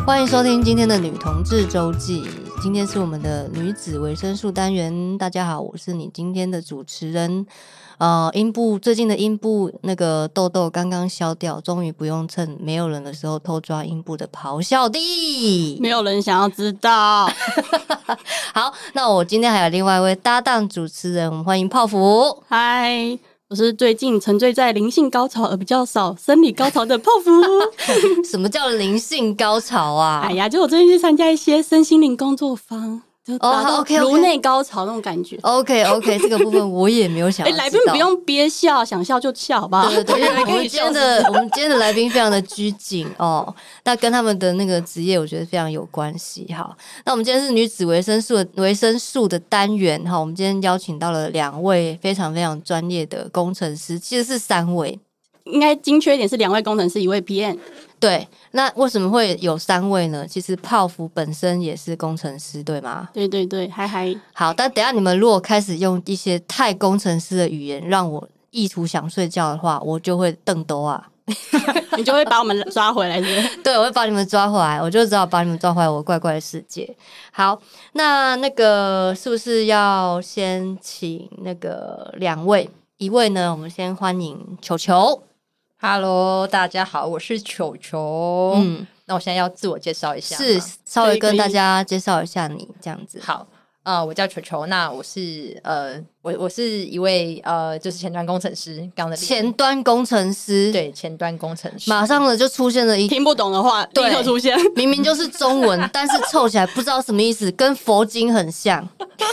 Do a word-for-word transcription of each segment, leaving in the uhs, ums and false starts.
欢迎收听今天的女同志周记，今天是我们的女子维生素单元。大家好，我是你今天的主持人。呃，阴部最近的阴部那个痘痘刚刚消掉，终于不用趁没有人的时候偷抓阴部的咆哮帝。 没有人想要知道。 好，那我今天还有另外一位搭档主持人，我们欢迎泡芙。 嗨，我是最近沉醉在灵性高潮而比较少生理高潮的泡芙。 什么叫灵性高潮啊？ 哎呀，就我最近去参加一些身心灵工作坊，就达到颅内高潮那种感觉。 OK OK， 这个部分我也没有想要知道。 哎、来宾不用憋笑，想笑就笑，好不好？ 对对对，我们今天的我们今天的来宾非常的拘谨哦，那跟他们的那个职业我觉得非常有关系。好，那我们今天是女子维生素的维生素的单元哈，我们今天邀请到了两位非常非常专业的工程师，其实是三位。 应该精确一点是两位工程师，一位 P M。 对，那为什么会有三位呢？其实泡芙本身也是工程师，对吗？ 对对对，嗨嗨。 好，但等一下你们如果开始用一些太工程师的语言，让我意图想睡觉的话，我就会瞪兜啊。 你就会把我们抓回来是不是？ 对，我会把你们抓回来，我就只好把你们抓回来我怪怪的世界。好，那那个是不是要先请那个两位？一位呢，我们先欢迎球球。 Hello， 大家好，我是球球。嗯，那我现在要自我介绍一下， 是稍微跟大家介绍一下你这样子。 好，呃，我叫球球，那我是呃，我我是一位呃，就是前端工程师，刚的前端工程师， 对，前端工程师， 马上呢就出现了一听不懂的话，立刻出现， 明明就是中文，但是凑起来不知道什么意思，跟佛经很像。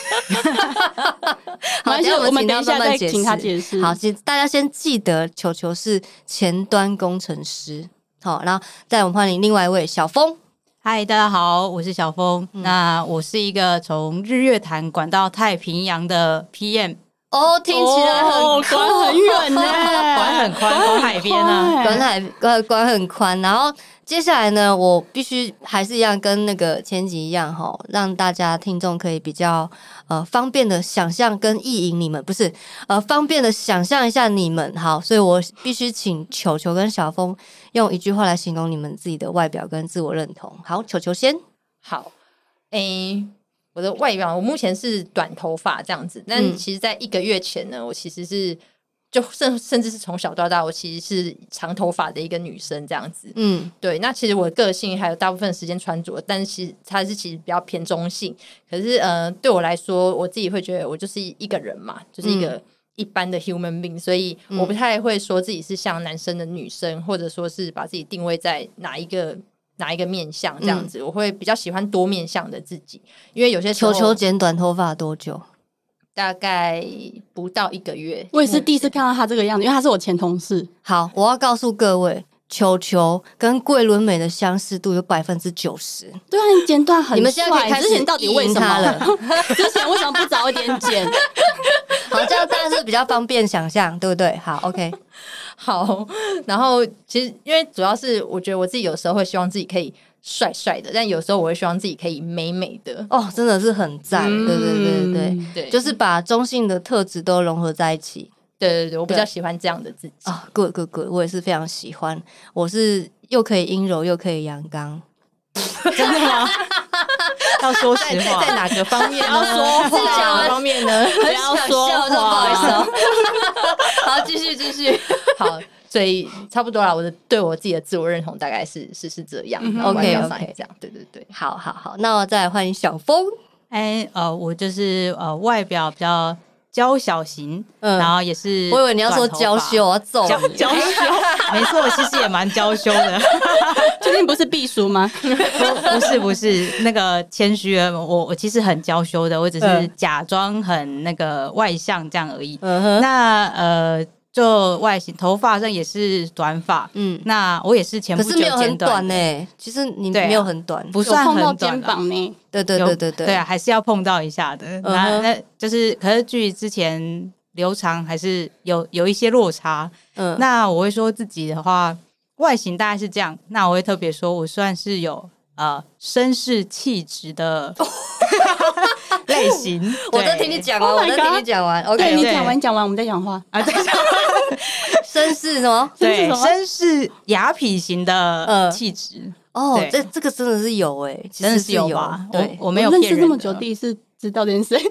好，等一下我们等一下再请他解释。 好，大家先记得球球是前端工程师。好，然后再我们欢迎另外一位小峰。 嗨，大家好，我是小峰。嗯、那我是一个从日月潭管到太平洋的 P M。 哦，听起来很哦，管很远呢， 管很宽，管海边啊， 管海管管很宽。然后接下来呢，我必须还是一样跟那个前集一样哈，让大家听众可以比较呃方便的想象跟意淫你们，不是呃方便的想象一下你们。好，所以我必须请球球跟小峰用一句话来形容你们自己的外表跟自我认同。好，球球先。 好，诶。我的外表，我目前是短头发这样子，但其实在一个月前呢，我其实是就甚甚至是从小到大，我其实是长头发的一个女生这样子。嗯，对。那其实我的个性还有大部分时间穿着，但是其实它是其实比较偏中性。可是呃，对我来说，我自己会觉得我就是一个人嘛，就是一个一般的 human being， 所以我不太会说自己是像男生的女生，或者说是把自己定位在哪一个。哪一个面向这样子、嗯、我会比较喜欢多面向的自己，因为有些时候球球剪短头发多久？ 大概不到一个月。 我也是第一次看到他这个样子，因为他是我前同事。 好，我要告诉各位，球球跟桂纶镁的相似度有百分之九十。 对啊，你剪短很帅。 你们现在可以开始之前到底为什么了？ 之前为什么不早一点剪？ 好，这样当然是比较方便想象，对不对？好 ，OK。 好，然后其实因为主要是我觉得我自己有时候会希望自己可以帅帅的，但有时候我会希望自己可以美美的。 哦，真的是很赞、嗯，对对对对对， 就是把中性的特质都融合在一起。 对对对，我比较喜欢这样的自己啊、哦、，good good good， 我也是非常喜欢。我是又可以阴柔又可以阳刚， 真的吗？ 要说实话， 在, 在哪个方面呢？ 要说话，在哪个方面呢？ 不要说话， 不好意思哦。好，继续继续。 好，所以差不多啦。我的对我自己的自我认同大概是是是这样。嗯、OK OK， 这样对对对。 好好好，那我再来欢迎小峰。 哎，呃，我就是呃外表比较娇小型，嗯，然后也是， 我以为你要说娇羞，我要揍你。 娇羞，没错，其实也蛮娇羞的。 最近不是避暑吗？ 不, 不是不是，那个谦虚了，我我其实很娇羞的，我只是假装很那个外向这样而已。嗯、那呃。就外形，头发上也是短发，嗯，那我也是前不久剪短的，可是没有很短呢、欸。其实你没有很短，啊、 不算很短、啊， 碰到肩膀呢。 对对对对对， 对啊，还是要碰到一下的。嗯、那那就是，可是距之前留长还是有有一些落差。嗯，那我会说自己的话，外形大概是这样。那我会特别说，我算是有呃绅士气质的。类型， 我都听你讲完， oh、我都听你讲完。OK， 对你讲完讲完，我们再讲话啊。 对， 绅士什么？ 对，绅士雅痞型的气质。 哦，这这个真的是有哎、欸，其实是有吧？ 对， 我我没有认骗人识这么久，第一次知道这件事。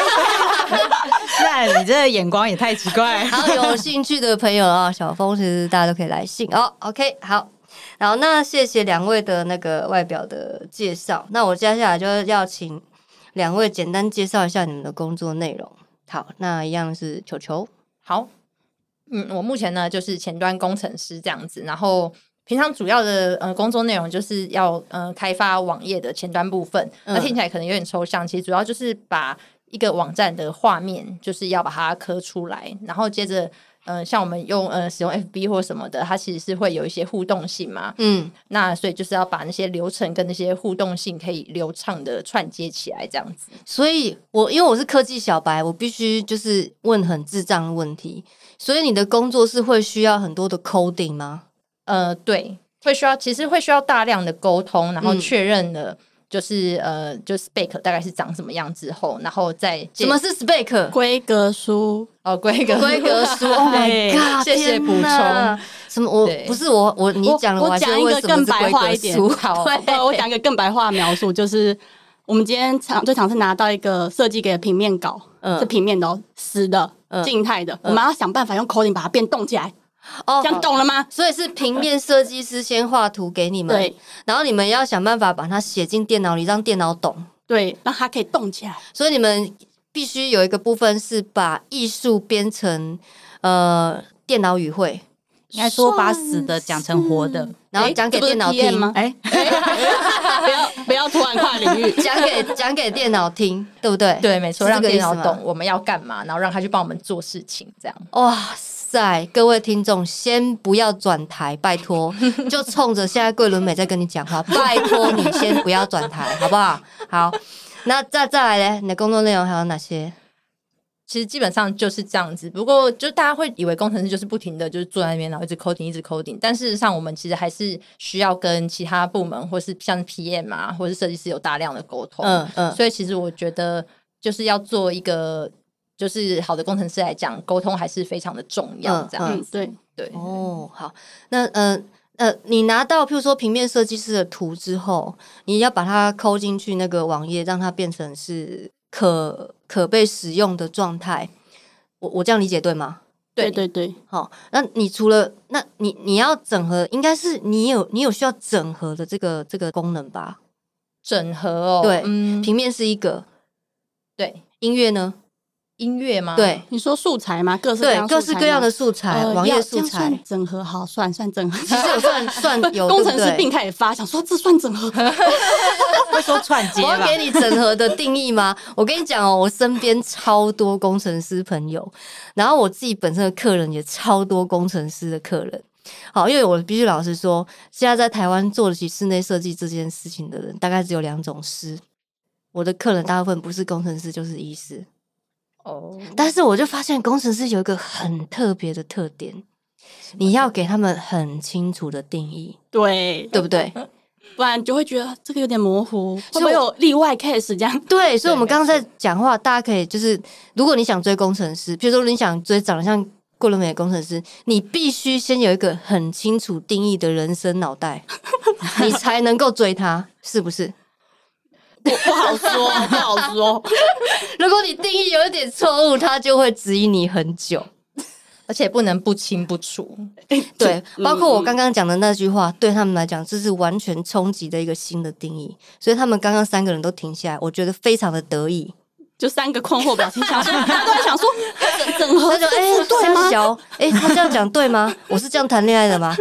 那你这个眼光也太奇怪。 好，有兴趣的朋友啊，小峰其实大家都可以来信哦。OK， 好，然后那谢谢两位的那个外表的介绍，那我接下来就要请两位简单介绍一下你们的工作内容。好，那一样是球球。 好，嗯，我目前呢就是前端工程师这样子，然后平常主要的呃工作内容就是要呃开发网页的前端部分，嗯、那听起来可能有点抽象，其实主要就是把一个网站的画面就是要把它刻出来，然后接着呃像我们用呃使用 F B 或什么的，它其实是会有一些互动性嘛，嗯，那所以就是要把那些流程跟那些互动性可以流畅的串接起来这样子。 所以我因为我是科技小白，我必须就是问很智障的问题，所以你的工作是会需要很多的 coding 吗？ 呃，对，会需要，其实会需要大量的沟通，然后确认了，就是、嗯、呃，就 spec 大概是长什么样之后，然后再什么是 spec？ 规格书哦，规格规格书。Oh my god！ 谢谢补充。 什么？我不是我我你讲了， 我讲一个更白话一点。 好， 对，我讲一个更白话的描述，就是我们今天常最常是拿到一个设计给的平面稿，嗯、是平面的、哦，死的、嗯、静态的，嗯、我们要想办法用 coding 把它变动起来。哦，这样懂了吗？ 所以是平面设计师先画图给你们，对，然后你们要想办法把它写进电脑里，让电脑懂， 对，让它可以动起来。 所以你们必须有一个部分是把艺术编成呃电脑语汇， 应该说把死的讲成活的， 然后讲给电脑听吗？哎，不要不要突然跨领域， 讲给讲给电脑听，对不对？ 对，没错，让电脑懂我们要干嘛，然后让他去帮我们做事情，这样。 哇塞，各位听众，先不要转台，拜托，就冲着现在桂纶镁在跟你讲话，拜托你先不要转台，好不好？好，那再再来嘞，你的工作内容还有哪些？ 其实基本上就是这样子，不过就大家会以为工程师就是不停的就是坐在那边，然后一直 coding 一直 coding， 但事实上我们其实还是需要跟其他部门或是像 P M 啊或是设计师有大量的沟通，嗯嗯，所以其实我觉得就是要做一个就是好的工程师来讲，沟通还是非常的重要，这样子， 嗯嗯、 对对哦，好，那呃呃，你拿到譬如说平面设计师的图之后，你要把它抠进去那个网页，让它变成是可可被使用的状态。我我这样理解对吗？ 对对对， 好，那你除了那你你要整合，应该是你有你有需要整合的这个这个功能吧？ 整合哦， 对，嗯，平面是一个， 对， 音乐呢？ 音乐吗？ 对， 你说素材吗？各式各样对各式各样的素材，呃、网页素材整合好，算算整合。 其实有算算有工程师病开始发，想说这算整合？ 会说串接吧？ 我要给你整合的定义吗？我跟你讲哦，我身边超多工程师朋友，然后我自己本身的客人也超多工程师的客人。好，因为我必须老实说，现在在台湾做得起室内设计这件事情的人，大概只有两种师。我的客人大部分不是工程师就是医师。哦，但是我就发现工程师有一个很特别的特点，你要给他们很清楚的定义， 对对不对？ 不然就会觉得这个有点模糊，会不会有例外 case 这样？ 对，所以我们刚刚在讲话，大家可以就是，如果你想追工程师，比如说你想追长得像桂纶镁的工程师，你必须先有一个很清楚定义的人生脑袋，你才能够追他，是不是？ 不不好说，不好说。 如果你定义有一点错误，他就会质疑你很久， 而且不能不清不楚。 对，包括我刚刚讲的那句话，对他们来讲，这是完全冲击的一个新的定义。所以他们刚刚三个人都停下来，我觉得非常的得意。 就三个困惑表情，想说，大家都在想说，整整合就哎、 欸、对吗？哎、欸，他这样讲对吗？我是这样谈恋爱的吗？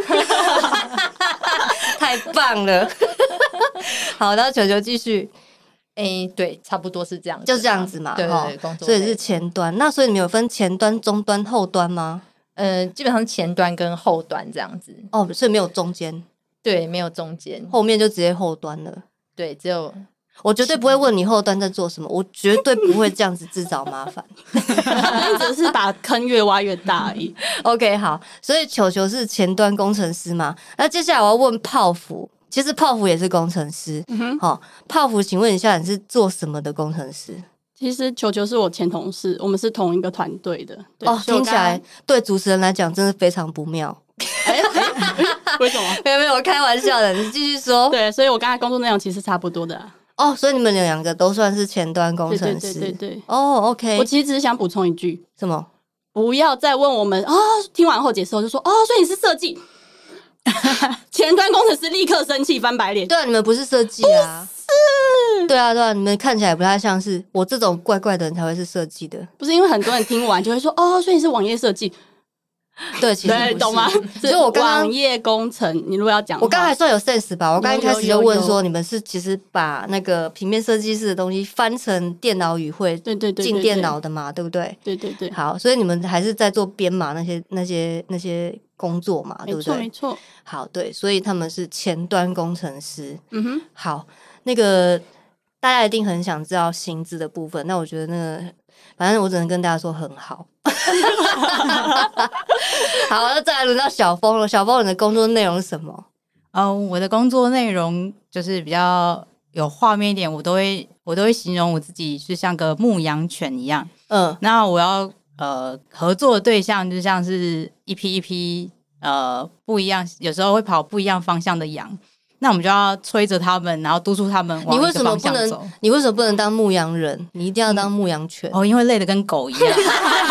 太棒了！好，然后球球继续。 哎、欸，对，差不多是这样子， 就这样子嘛， 对对对，工作所以是前端。那所以你们有分前端、中端、后端吗？ 呃，基本上前端跟后端这样子。 哦，所以没有中间。 对，没有中间， 后面就直接后端了。 对，只有我绝对不会问你后端在做什么，我绝对不会这样子自找麻烦。 你只是把坑越挖越大而已。 OK， 好，所以球球是前端工程师嘛？那接下来我要问泡芙。其实泡芙也是工程师，嗯哼，好，泡芙，请问一下，你是做什么的工程师？ 其实球球是我前同事，我们是同一个团队的。 哦，听起来对主持人来讲真的非常不妙。 哎哎为什么？ 没有没有，开玩笑的，你继续说。 对，所以我刚才工作内容其实差不多的、啊。 哦，所以你们两个都算是前端工程师。 对对对对对。 哦 ，OK。 我其实只是想补充一句， 什么？ 不要再问我们啊、哦！听完后解释后就说哦，所以你是设计。前端工程师立刻生气翻白脸。 对啊，你们不是设计啊？是。对啊，对啊，你们看起来不太像是我这种怪怪的人才会是设计的。 不是因为很多人听完就会说哦，所以你是网页设计。 对，其实不是懂吗？ 所以我刚刚网页工程，你如果要讲， 我刚才还算有 sense 吧。我刚一开始就问说，你们是其实把那个平面设计师的东西翻成电脑语汇， 对对对， 进电脑的嘛，对不对？ 对对对。 好，所以你们还是在做编码那些那些那些工作嘛，对不对？ 没错没错。 好，对，所以他们是前端工程师。 嗯哼。 好，那个大家一定很想知道薪资的部分，那我觉得那个。反正我只能跟大家说很好。好，那再来轮到小峰了。小峰，你的工作内容是什么？ 哦，我的工作内容就是比较有画面一点，我都会我都会形容我自己是像个牧羊犬一样。嗯，那我要呃合作的对象就像是一批一批呃不一样，有时候会跑不一样方向的羊。那我们就要催着他们，然后督促他们往一个方向走。 你为什么不能？你为什么不能当牧羊人？你一定要当牧羊犬、 嗯、哦，因为累得跟狗一样。回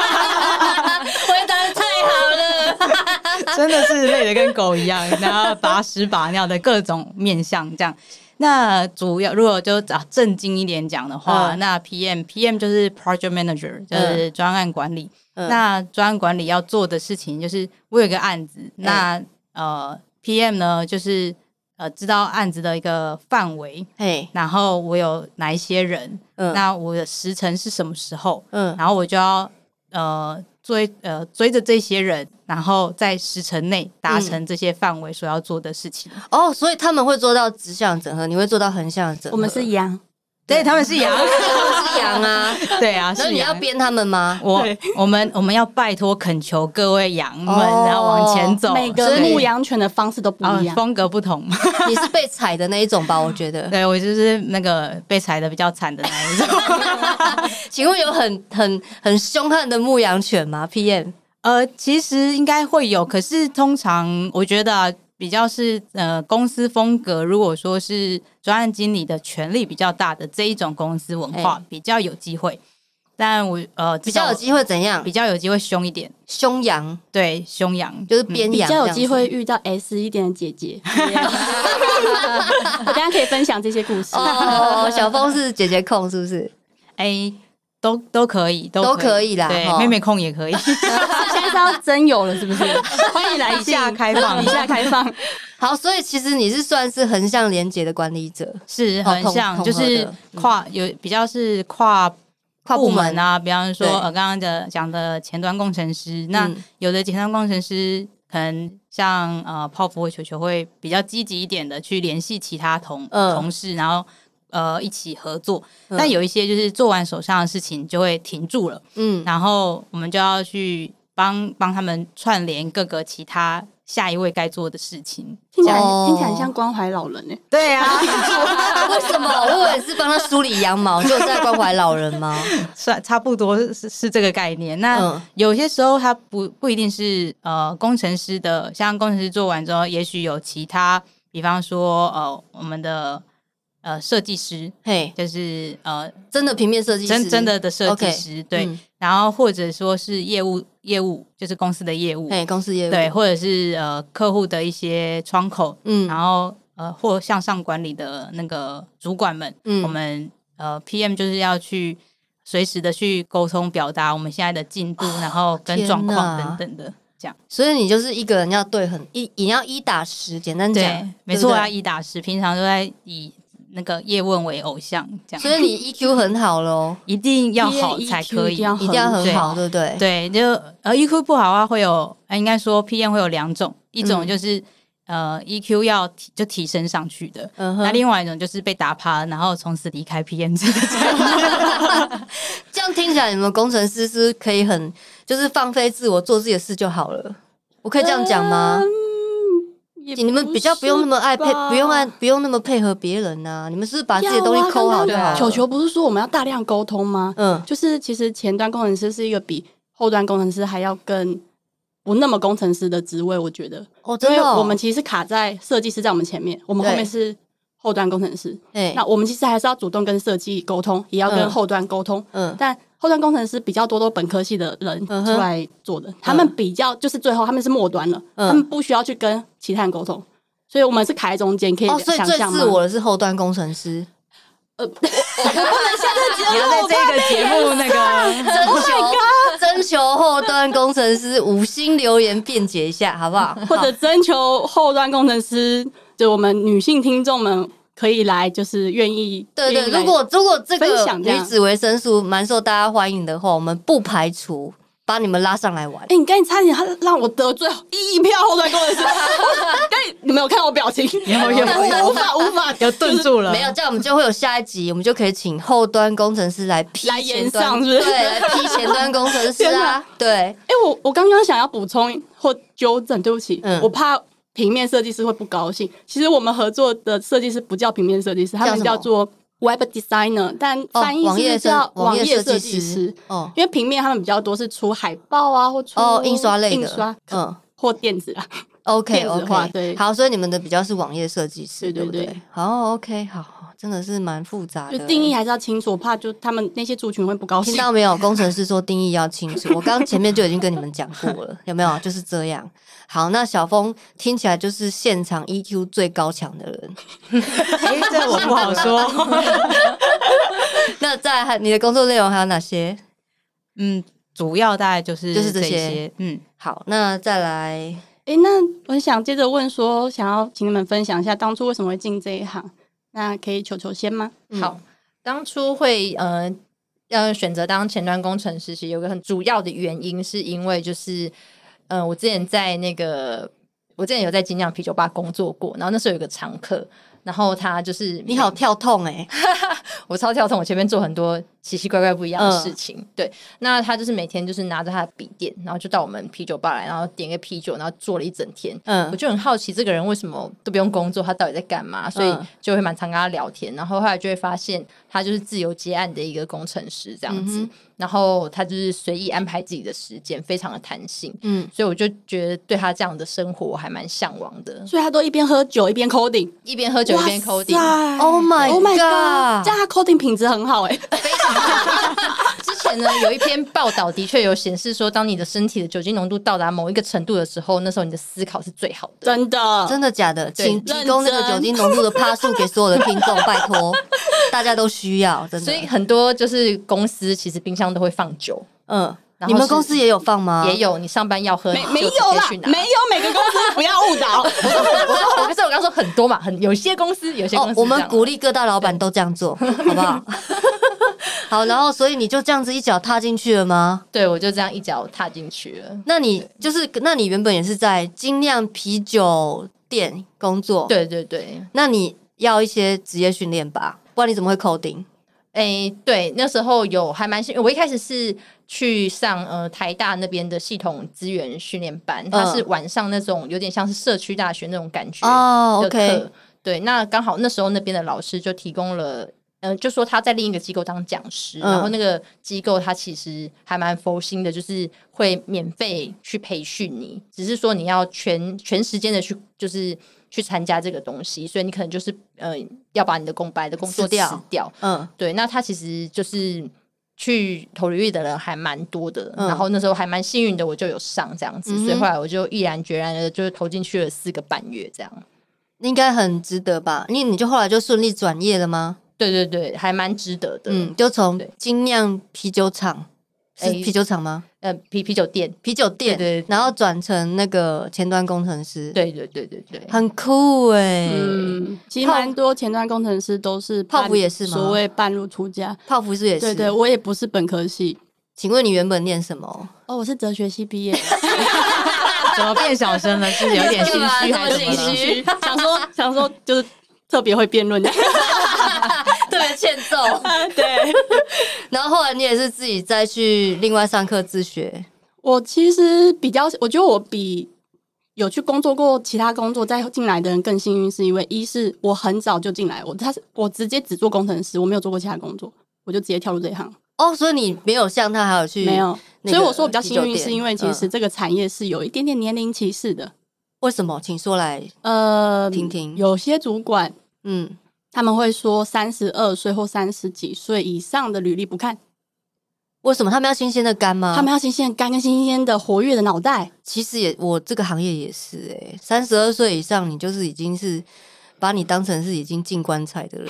答得太好了，真的是累得跟狗一样，然后把屎把尿的各种面向这样。那主要如果就啊正经一点讲的话，嗯、那 P M P M 就是 Project Manager， 就是专案管理。嗯、那专案管理要做的事情就是我有一个案子，嗯、那呃 P M 呢就是。呃，知道案子的一个范围，嘿，然后我有哪一些人，嗯，那我的时程是什么时候，嗯，然后我就要呃追呃追着这些人，然后在时程内达成这些范围所要做的事情。 嗯、哦，所以他们会做到直向整合，你会做到横向整合。 我们是羊。 对，他们是羊， 他们是羊啊， 对啊， 所以你要编他们吗？ 我我们我们要拜托恳求各位羊们，哦、然后往前走。 每个牧羊犬的方式都不一样， 哦、风格不同。 你是被踩的那一种吧？我觉得， 对我就是那个被踩的比较惨的那一种。 请问有很很很凶悍的牧羊犬吗 ？P M？ 呃，其实应该会有，可是通常我觉得、啊。比较是呃公司风格，如果说是专案经理的权力比较大的这一种公司文化，比较有机会。但我呃比较有机会怎样？ 比较有机会凶一点， 凶羊对，凶羊就是边羊， 比较有机会遇到 S 一点的姐姐。我等一下可以分享这些故事。 哦，小峰是姐姐控是不是？ 哎、欸。都都可以，都可以都可以啦。 对，妹妹控也可以。 现在是要真有了，是不是？欢迎来以下开放， 以下开放。 好，所以其实你是算是横向连结的管理者， 是横向，哦、就是跨有比较是跨跨部门啊，比方说呃刚刚的讲的前端工程师，那有的前端工程师可能像呃泡芙或球球会比较积极一点的去联系其他同、嗯、同事，然后。呃，一起合作，嗯、但有一些就是做完手上的事情就会停住了，嗯，然后我们就要去帮帮他们串联各个其他下一位该做的事情， 听起来、哦、听起来很像关怀老人哎， 对啊， 为什么？我以为是帮他梳理羊毛，就是在关怀老人吗？ 是差不多是是这个概念。那、嗯、有些时候他不不一定是呃工程师的，像工程师做完之后，也许有其他，比方说呃我们的。呃，设计师，嘿，就是呃， 真的平面设计师， 真真的的设计师， okay, 对、嗯，然后或者说是业务，业务就是公司的业务， 嘿，公司业务， 对，或者是呃客户的一些窗口，嗯，然后呃或向上管理的那个主管们，嗯，我们呃 P M 就是要去随时的去沟通表达我们现在的进度，然后跟状况等等的。 所以你就是一个人要对很一，你要一打十，简单讲， 没错，要一打十，平常都在以那个叶问为偶像，这样， 所以你 E Q 很好咯， 一定要好才可以， 一定要很好，对不对？ 对，就呃 E Q 不好的话，会有，应该说 P M 会有两种，一种就是、嗯、呃 E Q 要提就提升上去的，嗯、那另外一种就是被打趴，然后从此离开 P M 这个这样听起来，你们工程师是可以很就是放飞自我，做自己的事就好了。我可以这样讲吗？嗯你们比较不用那么爱配，不用爱，不用那么配合别人呐、啊。你们是不是把自己的东西抠好就好了？ 球球不是说我们要大量沟通吗？嗯，就是其实前端工程师是一个比后端工程师还要更不那么工程师的职位，我觉得哦，真的、哦， 因为我们其实卡在设计师在我们前面，我们后面是后端工程师。那我们其实还是要主动跟设计沟通，也要跟后端沟通。嗯，但后端工程师比较多都本科系的人出来做的，嗯、他们比较就是最后他们是末端了，嗯、他们不需要去跟其他人沟通，所以我们是卡在中间，可以想象吗？ 哦，所以最自我的是后端工程师。 呃，我不能现在节目， 你要在这个节目那个征求征求后端工程师五星留言辩解一下，好不好？ 或者征求后端工程师，就我们女性听众们可以来，就是愿意对对。如果如果这个女子维生素蛮受大家欢迎的话，我们不排除把你们拉上来玩。 哎、欸，你刚才差点让我得罪一票后端工程师，刚你们有看我表情？ 有有有， 无法无法， 有顿住了。 没有，这样我们就会有下一集，我们就可以请后端工程师来批来延上，是不是？ 对，来批前端工程师啊。对。哎、 欸，我我刚刚想要补充或纠正，对不起，嗯、我怕平面设计师会不高兴。其实我们合作的设计师不叫平面设计师，他们叫做Web Designer， 但翻译是叫网页设计师。哦，因为平面他们比较多是出海报啊，或出哦印刷类的， 印刷嗯或电子啊。 OK OK， 对， 好，所以你们的比较是网页设计师， 对对对, 对, 对。好 OK， 好，真的是蛮复杂的， 就定义还是要清楚，我怕就他们那些族群会不高兴。 听到没有？工程师说定义要清楚，我刚刚前面就已经跟你们讲过了，有没有？就是这样。好，那小峰听起来就是现场 E Q 最高强的人。 哎、欸，这我不好说。 那在你的工作内容还有哪些？ 嗯，主要大概就是就是这些。 些嗯， 好，那再来。 哎，那我想接着问说，想要请你们分享一下当初为什么会进这一行？那可以球球先吗？ 嗯、好，当初会呃要选择当前端工程师，其实有个很主要的原因，是因为就是呃我之前在那个我之前有在精酿啤酒吧工作过，然后那时候有个常客。然后他就是你好跳痛哎、 欸，我超跳痛，我前面做很多奇奇怪怪不一样的事情。嗯、对，那他就是每天就是拿着他的笔电，然后就到我们啤酒吧来，然后点个啤酒，然后做了一整天。嗯，我就很好奇这个人为什么都不用工作，他到底在干嘛？所以就会蛮常跟他聊天。然后后来就会发现他就是自由接案的一个工程师这样子。嗯、然后他就是随意安排自己的时间，非常的弹性。嗯，所以我就觉得对他这样的生活我还蛮向往的。 所以他都一边喝酒一边 coding， 一边喝酒。一边 coding， Oh my God， Oh my God， 这样他 coding 品质很好哎、欸， 非常好。之前呢有一篇报道的确有显示说，当你的身体的酒精浓度到达某一个程度的时候，那时候你的思考是最好的。 真的， 真的假的？请提供那个酒精浓度的趴数给所有的听众，拜托，大家都需要。真的， 所以很多就是公司其实冰箱都会放酒， 嗯。你们公司也有放吗？ 也有，你上班要喝， 没没有啦，没有每个公司不要误导。我说我说，可是我刚说很多嘛，很有些公司，有些公司、 哦，我们鼓励各大老板都这样做，好不好？好，然后所以你就这样子一脚踏进去了吗？ 对，我就这样一脚踏进去了。 那你就是，那你原本也是在精酿啤酒店工作？ 对对对。 那你要一些职业训练吧，不然你怎么会 coding？ 哎、欸，对，那时候有还蛮幸运。我一开始是去上呃台大那边的系统资源训练班，它是晚上那种有点像是社区大学那种感觉哦。 的课。 Okay. 对，那刚好那时候那边的老师就提供了，呃，就说他在另一个机构当讲师，嗯、然后那个机构他其实还蛮佛心的，就是会免费去培训你，只是说你要全全时间的去就是。去参加这个东西，所以你可能就是呃要把你的公白的工作辞掉，掉嗯，对。那他其实就是去投履历的人还蛮多的，嗯、然后那时候还蛮幸运的，我就有上这样子，嗯、所以后来我就毅然决然的就是投进去了四个半月这样， 应该很值得吧？因为你就后来就顺利转业了吗？ 对对对，还蛮值得的， 嗯，就从精酿啤酒厂。是啤酒厂吗？ 呃，啤啤酒店， 啤酒店， 对 对, 对， 然后转成那个前端工程师， 对对对对对， 很酷哎、欸。 嗯，其实蛮多前端工程师都是泡芙也是吗？ 所谓半路出家， 泡芙是也是。 对对，我也不是本科系。 请问你原本念什么？ 哦，我是哲学系毕业。 怎么变小声了？是有点心虚还是心虚？想说想说就是特别会辩论。 特别欠揍， 对。 然后后来你也是自己再去另外上课自学。 我其实比较，我觉得我比有去工作过其他工作再进来的人更幸运，是因为一是我很早就进来，我他是我直接只做工程师，我没有做过其他工作，我就直接跳入这一行。 哦，所以你没有像他还有去没有所以我说比较幸运，是因为其实这个产业是有一点点年龄歧视的。 为什么？请说来呃听听。 有些主管，嗯，他们会说三十二岁或三十几岁以上的履历不看。 为什么？他们要新鲜的肝吗？ 他们要新鲜的肝跟新鲜的活跃的脑袋。 其实也，我这个行业也是哎、欸，三十二岁以上，你就是已经是把你当成是已经进棺材的人。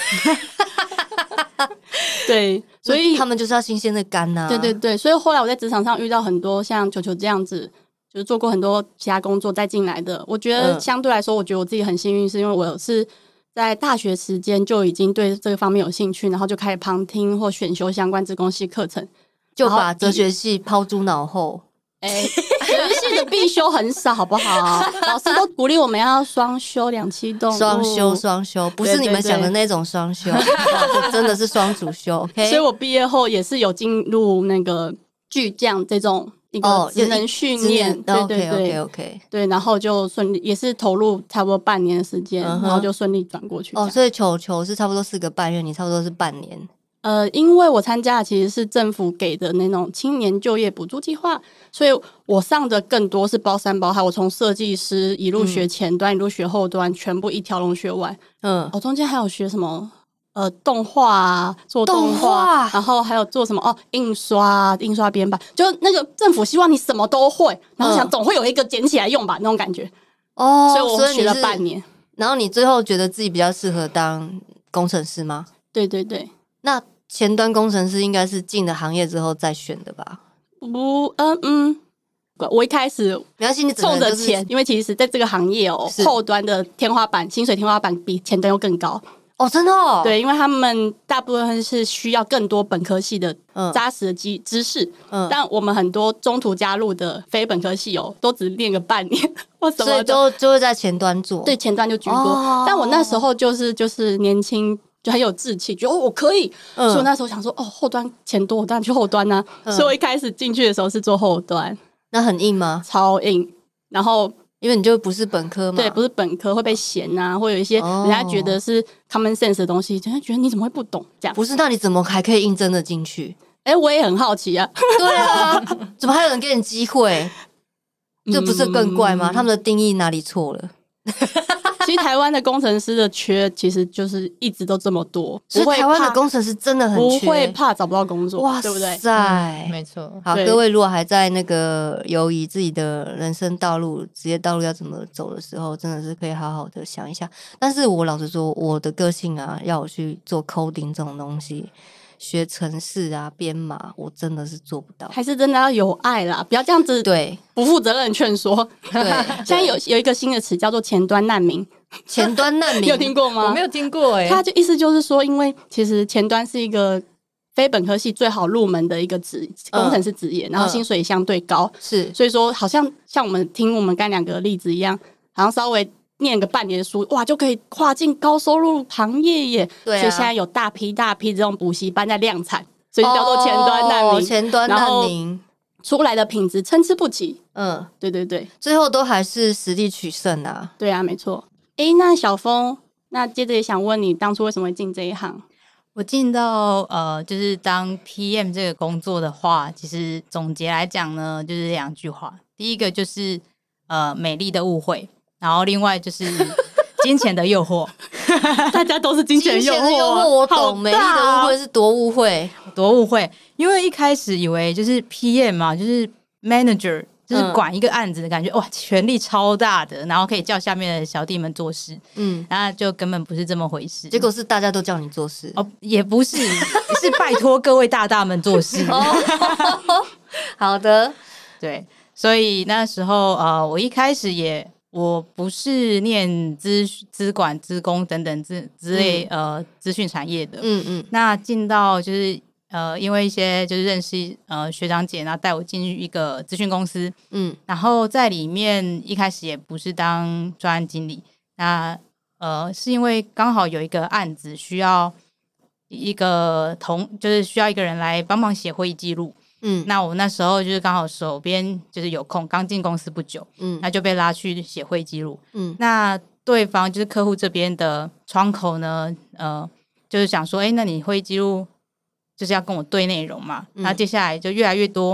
对，所以他们就是要新鲜的肝呐、啊。 对对对，所以后来我在职场上遇到很多像球球这样子，就是做过很多其他工作再进来的。我觉得相对来说，我觉得我自己很幸运，是因为我是在大学时间就已经对这个方面有兴趣，然后就开始旁听或选修相关职工系课程， 就把哲学系抛诸脑后。 哎、欸，哲学系的必修很少，好不好？老师都鼓励我们要双修两栖动物， 双修双修，不是你们想的那种双修，对对对真的是双主修。Okay? 所以我毕业后也是有进入那个巨匠这种一个职能训练， 哦、 对对对 ，OK OK， 对，然后就顺利，也是投入差不多半年的时间，嗯、然后就顺利转过去。 哦，所以球球是差不多四个半月，你差不多是半年。 呃，因为我参加的其实是政府给的那种青年就业补助计划，所以我上的更多是包山包海。我从设计师一路学前端，嗯、一路学后端，全部一条龙学完。嗯，我、哦、中间还有学什么呃动画啊，做动画， 动画然后还有做什么哦印刷、印刷编版，就那个政府希望你什么都会，然后想总会有一个捡起来用吧、嗯、那种感觉。哦，所以我学了半年。 然后你最后觉得自己比较适合当工程师吗？ 对对对， 那。前端工程师应该是进了行业之后再选的吧？ 不，嗯嗯，我一开始没关系，你冲着钱，因为其实在这个行业哦，后端的天花板薪水天花板比前端又更高哦，真的哦。 对，因为他们大部分是需要更多本科系的扎实的知知识，嗯，但我们很多中途加入的非本科系哦，都只练个半年或什么的， 所以就就会在前端做， 对，前端就居多。哦、但我那时候就是就是年轻。就很有志气，觉得哦我可以，嗯、所以我那时候想说哦后端钱多，我当然去后端啊。嗯、所以我一开始进去的时候是做后端， 那很硬吗？ 超硬。然后因为你就不是本科嘛， 对，不是本科会被嫌啊，会有一些人家觉得是 common sense 的东西，人家觉得你怎么会不懂这样？ 不是，那你怎么还可以应征的进去？ 哎、欸，我也很好奇啊。 对啊，怎么还有人给你机会？这不是更怪吗？嗯、他们的定义哪里错了？ 其实台湾的工程师的缺其实就是一直都这么多， 所以台湾的工程师真的很缺， 不会怕找不到工作，哇，对不对？ 在、 嗯、没错。 好，各位如果还在那个犹疑自己的人生道路、职业道路要怎么走的时候，真的是可以好好的想一下。但是我老实说，我的个性啊，要我去做 coding 这种东西。学程式啊，编码，我真的是做不到。 还是真的要有爱啦，不要这样子， 对， 不负责任劝说。 对， 现在有有一个新的词叫做前端难民。 前端难民， 你有听过吗？ 我没有听过哎、欸。 他就意思就是说，因为其实前端是一个非本科系最好入门的一个职工程师职业，嗯、然后薪水也相对高，是，所以说好像像我们听我们刚两个例子一样，好像稍微。念个半年的书，哇，就可以跨进高收入行业耶！对、啊，所以现在有大批大批这种补习班在量产，所以叫做前端难民。 哦、前端难民出来的品质参差不齐。嗯，对对对， 最后都还是实力取胜啊。 对啊，没错。诶，那小峰，那接着也想问你，当初为什么会进这一行？ 我进到呃，就是当 P M 这个工作的话，其实总结来讲呢，就是两句话。第一个就是呃，美丽的误会。然后另外就是金钱的诱惑， 大家都是金钱诱惑。 诱惑我懂，美丽的误会是多误会， 多误会。因为一开始以为就是 P M 嘛，就是 manager， 就是管一个案子的感觉，嗯、哇，权力超大的，然后可以叫下面的小弟们做事，嗯，然后就根本不是这么回事。 结果是大家都叫你做事哦，也不是，是拜托各位大大们做事。 哦、好的， 对，所以那时候呃，我一开始也。我不是念资资管、资工等等之之类、嗯、呃资讯产业的，嗯嗯，那进到就是呃因为一些就是认识呃学长姐，然后带我进入一个资讯公司，嗯，然后在里面一开始也不是当专案经理，那呃是因为刚好有一个案子需要一个同就是需要一个人来帮忙写会议记录。嗯，那我那时候就是刚好手边就是有空，刚进公司不久，嗯，那就被拉去写会记录，嗯，那对方就是客户这边的窗口呢，呃，就是想说，哎、欸，那你会记录就是要跟我对内容嘛，嗯、那接下来就越来越多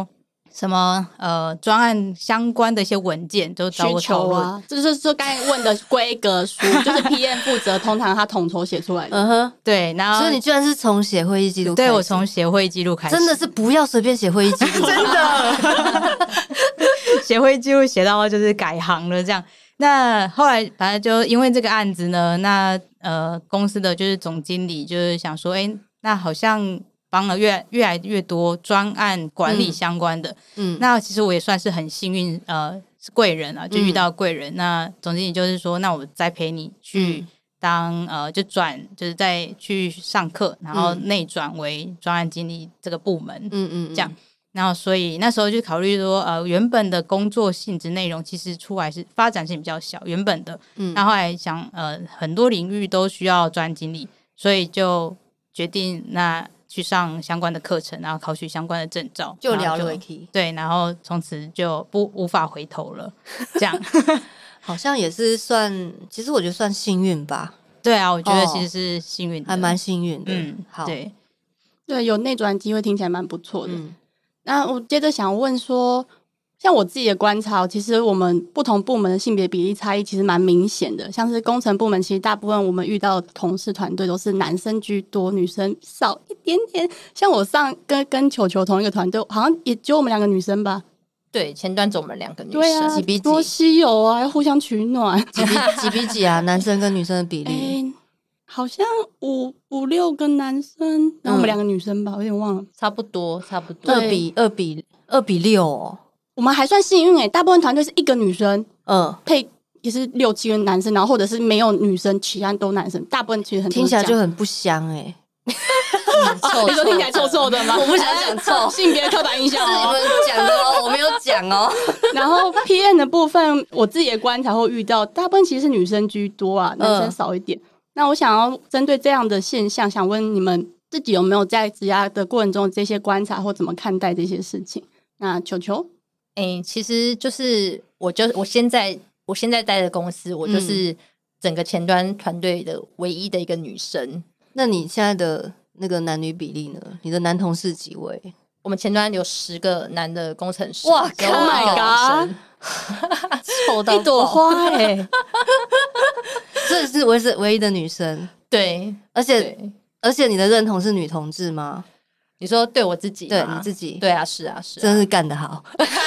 什么呃专案相关的一些文件都找我讨论啊， 这就是说刚才问的规格书，就是 P M 负责，通常他统筹写出来的。 嗯哼， 对，然后所以你居然是从写会议记录开始？ 对，我从写会议记录开始， 真的是不要随便写会议记录， 真的写会议记录写到就是改行了这样。那后来反正就因为这个案子呢，那呃公司的就是总经理就是想说，哎、欸，那好像帮了越越来越多专案管理相关的，嗯，那其实我也算是很幸运，呃，是贵人啊，就遇到贵人。嗯、那总经理就是说，那我栽培你去当、嗯、呃，就转就是再去上课，然后内转为专案经理这个部门，嗯嗯，这样。然后所以那时候就考虑说，呃，原本的工作性质内容其实出来是发展性比较小，原本的，嗯，然后后来想，呃，很多领域都需要专案经理，所以就决定那去上相关的课程，然后考取相关的证照， 就聊了对，然后从此就不无法回头了，这样好像也是算，其实我觉得算幸运吧。 对啊，我觉得其实是幸运的， 还蛮幸运的。嗯，好， 对对，有内转机会听起来蛮不错的。嗯，那我接着想问说，像我自己的观察，其实我们不同部门的性别比例差异其实蛮明显的。像是工程部门，其实大部分我们遇到的同事团队都是男生居多，女生少一点点。像我上跟跟球球同一个团队，好像也只有我们两个女生吧。 对，前端只有我们两个女生， 对啊， 几比几？ 多稀有啊，要互相取暖。 几比几比几啊？男生跟女生的比例？ 欸好像五五六个男生，然后我们两个女生吧，嗯、我有点忘了， 差不多，差不多， 二比二比二比六哦。 我们还算幸运哎、欸，大部分团队是一个女生，嗯，配也是六七个男生，然后或者是没有女生，其他都男生，大部分其实很听起来就很不香哎、欸。 臭你说听起来臭臭的吗？ 我不想讲臭， 性别刻板印象、 哦，是你们讲的哦，我没有讲哦。 然后 P M 的部分，我自己的观察会遇到，大部分其实是女生居多啊，男生少一点。嗯，那我想要针对这样的现象，想问你们自己有没有在职涯的过程中这些观察，或怎么看待这些事情？那球球， 哎、欸，其实就是我就我现在我现在待的公司，我就是整个前端团队的唯一的一个女生。嗯、 那你现在的那个男女比例呢？你的男同事几位？ 我们前端有十个男的工程师， 哇 ，Oh my god！ 臭到一朵花哎、欸， 这是我是唯一的女生， 对， 而且而且你的认同是女同志吗？ 你说对我自己吗？ 对你自己， 对啊，是啊，是啊， 真是干得好，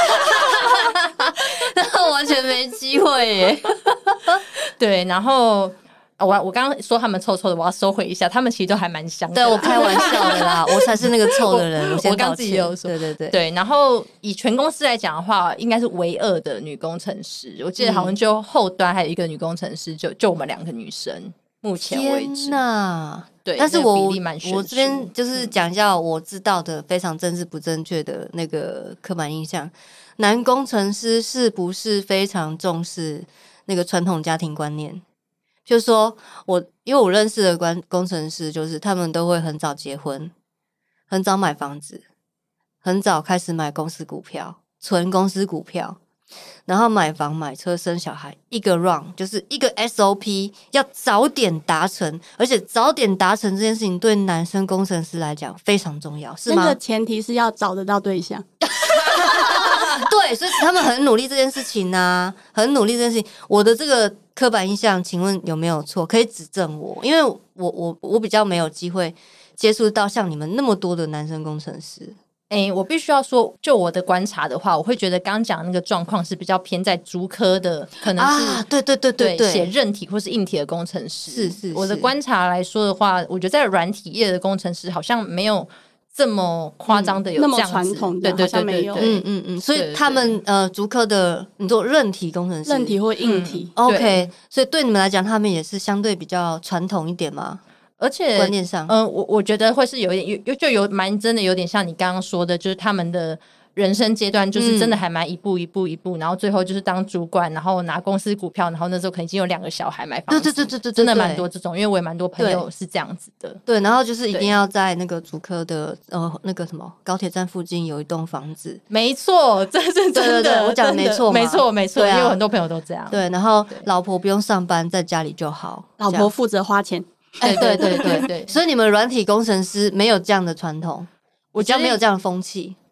那完全没机会耶。 对，然后。我我刚刚说他们臭臭的，我要收回一下，他们其实都还蛮香的。 对，我开玩笑的啦，我才是那个臭的人。我, 我刚自己有说，对对对对。然后以全公司来讲的话，应该是唯二的女工程师。我记得好像就后端还有一个女工程师，就就我们两个女生。目前为止， 天哪！ 对， 但是我、那个、 我这边就是讲一下我知道的非常政治不正确的那个刻板印象：男工程师是不是非常重视那个传统家庭观念？就是说我因为我认识的工工程师，就是他们都会很早结婚，很早买房子，很早开始买公司股票，存公司股票，然后买房买车生小孩，一个 run 就是一个 S O P 要早点达成，而且早点达成这件事情对男生工程师来讲非常重要，是吗？ 那个前提是要找得到对象。 对，所以他们很努力这件事情啊，很努力这件事情。我的这个刻板印象，请问有没有错？可以指正我，因为我我我比较没有机会接触到像你们那么多的男生工程师。 哎、欸，我必须要说，就我的观察的话，我会觉得刚刚讲的那个状况是比较偏在竹科的，可能是、 啊、对对对对对， 写韧体或是硬体的工程师。 是 是, 是， 我的观察来说的话，我觉得在软体业的工程师好像没有这么夸张的有这样子、嗯、 那么传统的，对对对对对， 嗯嗯嗯，所以他们对对对呃，竹科的你做韧体工程师， 韧体或硬体、 嗯、，OK， 所以对你们来讲，他们也是相对比较传统一点吗？ 而且观念上， 嗯、呃，我我觉得会是有一点有就有蛮真的有点像你刚刚说的，就是他们的人生阶段就是真的还蛮一步一步一步、嗯，然后最后就是当主管，然后拿公司股票，然后那时候可能已经有两个小孩买房子， 对对对对对， 真的蛮多这种，因为我也蛮多朋友是这样子的。 对，然后就是一定要在那个竹科的呃那个什么高铁站附近有一栋房子， 没错，这是真的， 对对对，我讲的没错， 没错没错， 对啊， 因为我很多朋友都这样。 对，然后老婆不用上班，在家里就好， 老婆负责花钱。 哎、欸，对对对对，所以你们软体工程师没有这样的传统，我觉得没有这样的风气。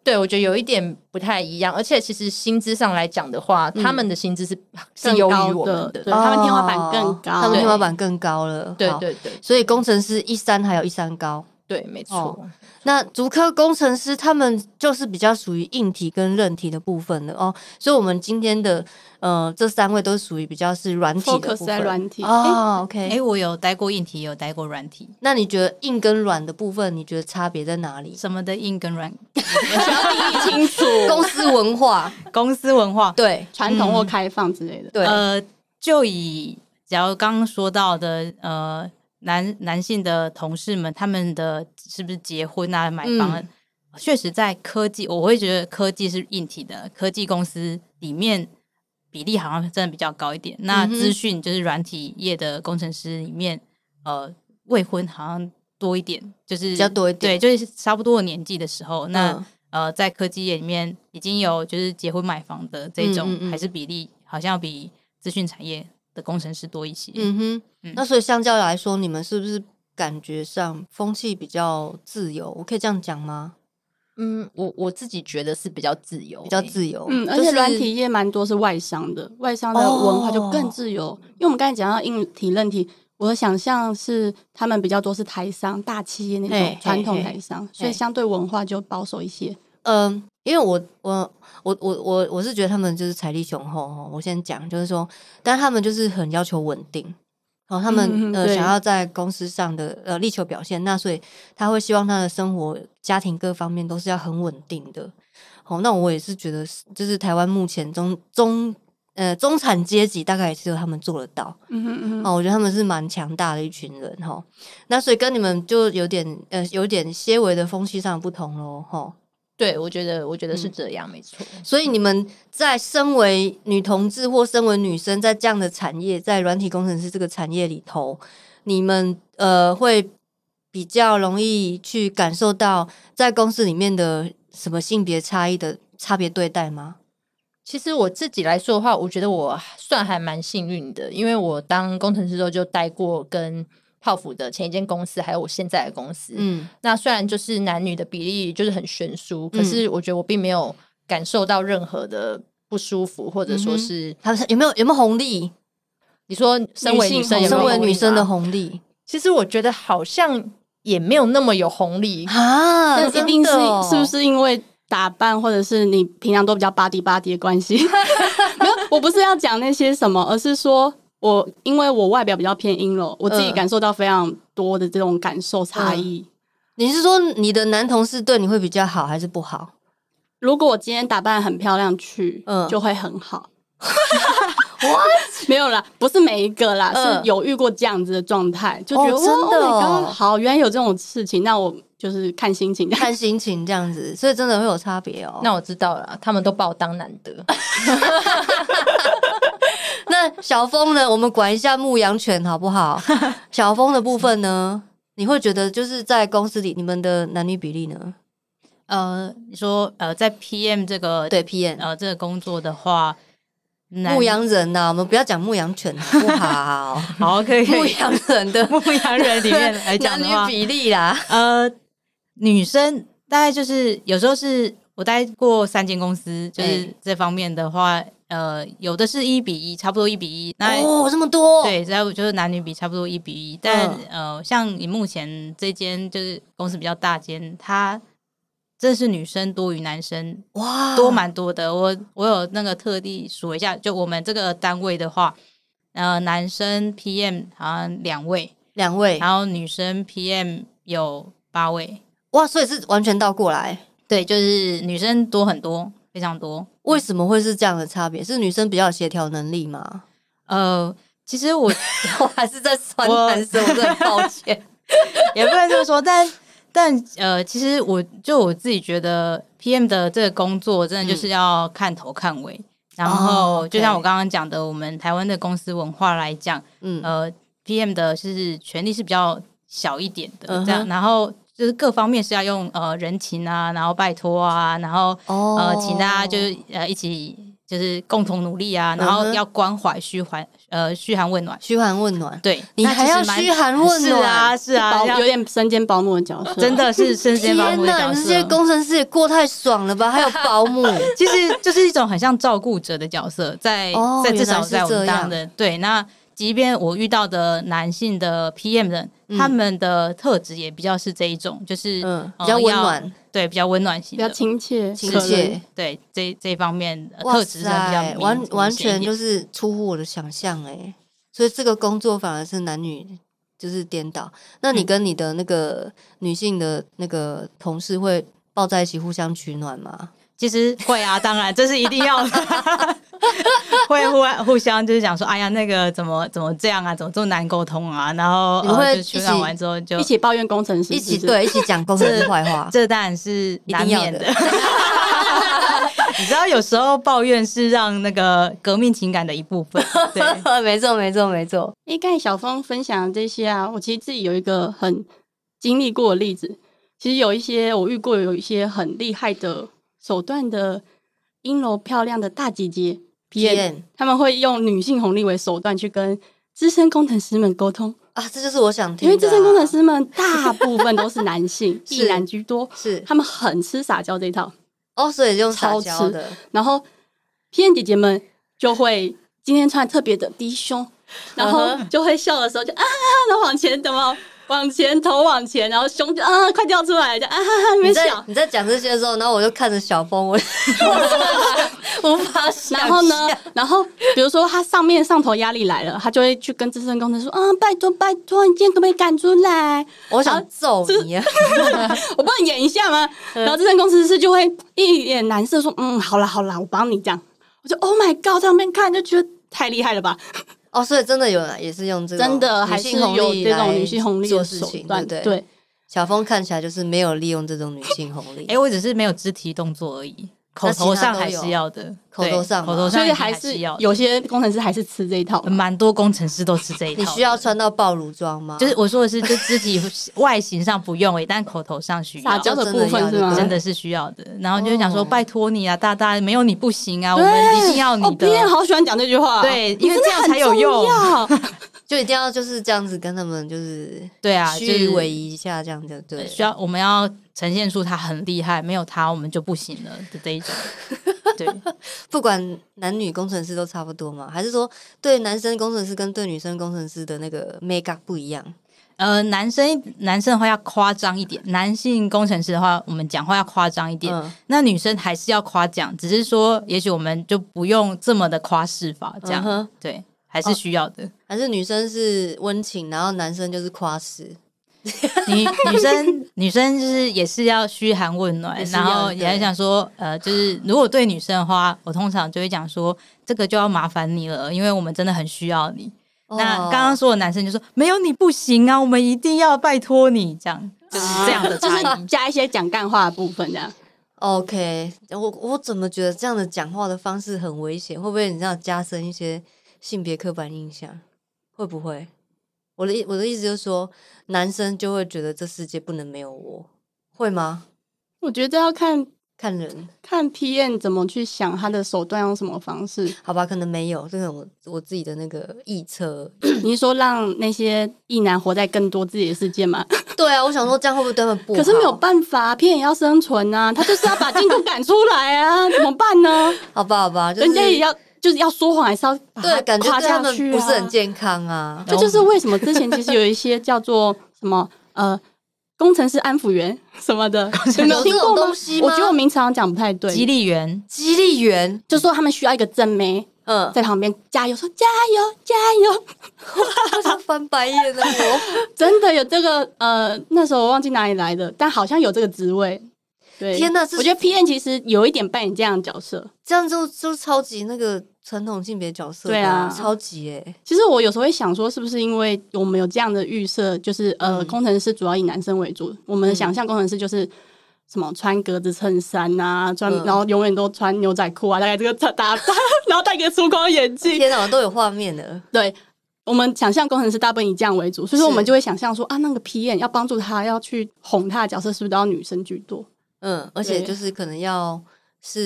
对，我觉得有一点不太一样，而且其实薪资上来讲的话，嗯、他们的薪资是是优于我们的， 对，他们天花板更高， 他们天花板更高了。 对对对， 所以工程师一三还有一三高。 对，没错。哦、 那竹科工程师他们就是比较属于硬体跟韧体的部分的哦，所以我们今天的呃这三位都属于比较是软体的部分。 focus 在软体哦 ，OK， 哎、欸，我有待过硬体，也有待过软体。 那你觉得硬跟软的部分，你觉得差别在哪里？ 什么的硬跟软？ 需要定义清楚。 公司文化， 公司文化， 对， 传统或开放之类的。 嗯、对， 呃，就以假如刚刚说到的呃。男男性的同事们，他们的是不是结婚啊、买房？确、嗯、实，在科技，我会觉得科技是硬体的，科技公司里面比例好像真的比较高一点。嗯、那资讯就是软体业的工程师里面，呃，未婚好像多一点，就是比较多一点， 对，就是差不多的年纪的时候，嗯、那呃，在科技业里面已经有就是结婚买房的这种，嗯嗯嗯还是比例好像比资讯产业的工程师多一些。 嗯哼。那所以相较来说，你们是不是感觉上风气比较自由？我可以这样讲吗？ 嗯，我我自己觉得是比较自由， 比较自由。 嗯，而且软体业蛮多是外商的，外商的文化就更自由。哦、因为我们刚才讲到硬体、韧体，我的想象是他们比较多是台商、大企业那种传统台商，所以相对文化就保守一些。 嗯、呃，因为我我我我我我是觉得他们就是财力雄厚。我先讲，就是说，但他们就是很要求稳定。然后他们、嗯、呃想要在公司上的呃力求表现，那所以他会希望他的生活、家庭各方面都是要很稳定的。好、哦，那我也是觉得，就是台湾目前中中呃中产阶级大概也只有他们做得到。嗯哼嗯哼，哦，我觉得他们是蛮强大的一群人哈、哦。那所以跟你们就有点呃有点些微的风气上不同咯哈。哦对，我觉得，我觉得是这样，嗯、没错。 所以你们在身为女同志或身为女生，在这样的产业，在软体工程师这个产业里头，你们呃会比较容易去感受到在公司里面的什么性别差异的差别对待吗？ 其实我自己来说的话，我觉得我算还蛮幸运的，因为我当工程师之后就待过跟泡芙的前一间公司还有我现在的公司，嗯，那虽然就是男女的比例就是很悬殊，可是我觉得我并没有感受到任何的不舒服，或者说是他有没有有没有红利？ 你说身为女生有没有身为女生的红利？ 其实我觉得好像也没有那么有红利啊， 那一定是是不是因为打扮或者是你平常都比较巴迪巴迪的关系？没有，我不是要讲那些什么，而是说。我因为我外表比较偏阴柔，我自己感受到非常多的这种感受差异。 嗯、你是说你的男同事对你会比较好还是不好？ 如果我今天打扮很漂亮去，嗯，就会很好。 What？ 没有啦，不是每一个啦，嗯、是有遇过这样子的状态，就觉得、 哦、真的、哦哦、好，原来有这种事情，那我就是看心情， 看心情这样子，所以真的会有差别哦。 那我知道了，他们都把我当难得。 那小峰呢？我们管一下牧羊犬好不好？小峰的部分呢？你会觉得就是在公司里，你们的男女比例呢？ 呃，你说呃，在 P M 这个对 P M 呃这个工作的话， 牧羊人呐、啊，我们不要讲牧羊犬，好不好？ 好，可以。 牧羊人的牧羊人里面来讲的话， 男女比例啦， 呃，女生大概就是有时候是我待过三间公司，就是这方面的话。欸呃，有的是一比一，差不多一比一。那哦，这么多。 对，然后就是男女比差不多一比一。但、嗯、呃，像你目前这间就是公司比较大间，它真的是女生多于男生，哇，多蛮多的。我我有那个特地数一下，就我们这个单位的话，呃，男生 P M 好像两位， 两位， 然后女生 P M 有八位。 哇，所以是完全倒过来。 对，就是女生多很多。非常多， 为什么会是这样的差别？是女生比较有协调能力吗？ 呃，其实我我还是在酸男生，我真的很抱歉， 也不能这么说。但但呃，其实我就我自己觉得 ，P M 的这个工作真的就是要看头看尾。嗯、然后就像我刚刚讲的，我们台湾的公司文化来讲，嗯呃 ，P M 的是权力是比较小一点的，嗯、这样，然后。就是各方面是要用呃人情啊，然后拜托啊，然后、哦、呃请大家就是呃一起就是共同努力啊，然后要关怀嘘寒呃嘘寒问暖， 嘘寒问暖。 对， 你还要嘘寒问暖， 是啊是啊， 有点身兼保姆的角色， 真的是身兼保姆的角色。 天哪，你这些工程师也过太爽了吧？还有保姆， 其实就是一种很像照顾者的角色，在、哦、在至少在我们当的对那。即便我遇到的男性的 P M 人、嗯、他们的特质也比较是这一种，就是、 嗯、比较温暖、 呃，对，比较温暖型的， 比较亲切， 亲切， 对，这这方面的特质是比较完完全就是出乎我的想象哎，所以这个工作反而是男女就是颠倒。那你跟你的那个女性的那个同事会抱在一起互相取暖吗？ 其实会啊，当然这是一定要的会互互相就是讲说，哎呀，那个怎么怎么这样啊，怎么这么难沟通啊，然后你会取暖完之后就一起抱怨工程师， 一起对一起讲工程师坏话， 这当然是难免的。你知道有时候抱怨是让那个革命情感的一部分，对， 没错没错没错。 诶，刚才小峰分享这些啊，我其实自己有一个很经历过的例子，其实有一些我遇过有一些很厉害的手段的阴柔漂亮的大姐姐 P M， 他们会用女性红利为手段去跟资深工程师们沟通啊，这就是我想听的、啊。 因为资深工程师们大部分都是男性，异男居多， 是他们很吃撒娇这一套哦，所以用撒娇的。 然后 P M 姐姐们就会今天穿特别的低胸，然后就会笑的时候就啊，然后往前怎么？往前头往前，然后胸就啊快掉出来，就啊哈哈，没笑。 你在讲这些的时候，然后我就看着小峰，我无法想象。 然后呢，然后比如说他上面上头压力来了，他就会去跟资深工程师说啊，拜托拜托，你今天可不可以赶出来？ 我想揍你啊！ 我帮你演一下吗？然后资深工程师就会一脸难色说，嗯，好啦好啦，我帮你这样。我就 Oh my God， 在那边看就觉得太厉害了吧。 哦，所以真的有人也是用这种真的还是有这种女性红利做事情，对不对？ 对， 小峰看起来就是没有利用这种女性红利。 哎、欸，我只是没有肢体动作而已，口头上还是要的， 口头上， 口头上， 所以还是有些工程师还是吃这一套， 蛮多工程师都吃这一套。 你需要穿到暴乳装吗？ 就是我说的是，就肢体外形上不用而已，但口头上需要。 撒娇的部分是吗？ 真的是需要的。然后就会讲说，拜托你啊，大大，没有你不行啊，我们一定要你的。 哦，别人好喜欢讲这句话， 对，因为这样才有用。 就一定要就是这样子跟他们就是对啊， 虚与委蛇一下这样就对， 需要我们要呈现出他很厉害，没有他我们就不行了的这一种。对， 不管男女工程师都差不多吗？还是说对男生工程师跟对女生工程师的那个 make up 不一样？ 呃，男生男生的话要夸张一点，男性工程师的话，我们讲话要夸张一点。嗯、那女生还是要夸奖，只是说，也许我们就不用这么的夸饰法，这样、嗯、对。还是需要的、哦， 还是女生是温情，然后男生就是夸饰。 女女生女生就是也是要嘘寒问暖，然后也还想说，呃，就是如果对女生的话，我通常就会讲说，这个就要麻烦你了，因为我们真的很需要你。哦、那刚刚说的男生就说，没有你不行啊，我们一定要拜托你，这样就是这样的差异， 就是加一些讲干话的部分，这样。 OK， 我我怎么觉得这样的讲话的方式很危险？会不会你这样加深一些？性别刻板印象会不会？我的我的意思就是说，男生就会觉得这世界不能没有我，会吗？ 我觉得要看看人， 看 P M 怎么去想他的手段用什么方式。 好吧，可能没有，这个我我自己的那个臆测。 你是说让那些异男活在更多自己的世界吗？ 对啊，我想说这样会不会对他们不好？ 可是没有办法 ，P M 也要生存啊，他就是要把进度赶出来啊，怎么办呢？ 好吧，好吧，就是、 人家也要。就是要说谎，还是要把它夸下去、啊？ 不是很健康啊！ 这就是为什么之前其实有一些叫做什么呃工程师安抚员什么的，有没有听过东西吗？我觉得我名词好像讲不太对。 激励员， 激励员， 就说他们需要一个正妹，嗯，在旁边加油，说加油加油， 好像翻白眼了我。 真的有这个呃，那时候我忘记哪里来的，但好像有这个职位。对， 天哪！ 我觉得 P M 其实有一点扮演这样的角色， 这样就就超级那个传统性别角色， 对啊， 超级哎、欸。 其实我有时候会想说，是不是因为我们有这样的预设，就是呃，嗯、工程师主要以男生为主，我们想象工程师就是什么穿格子衬衫啊，穿、嗯、然后永远都穿牛仔裤啊，大概这个搭搭，然后戴个粗框眼镜， 天哪，都有画面了。 对。我们想象工程师大部分以这样为主，所以说我们就会想象说啊，那个 P M 要帮助他，要去哄他的角色，是不是都要女生居多？ 嗯，而且就是可能要是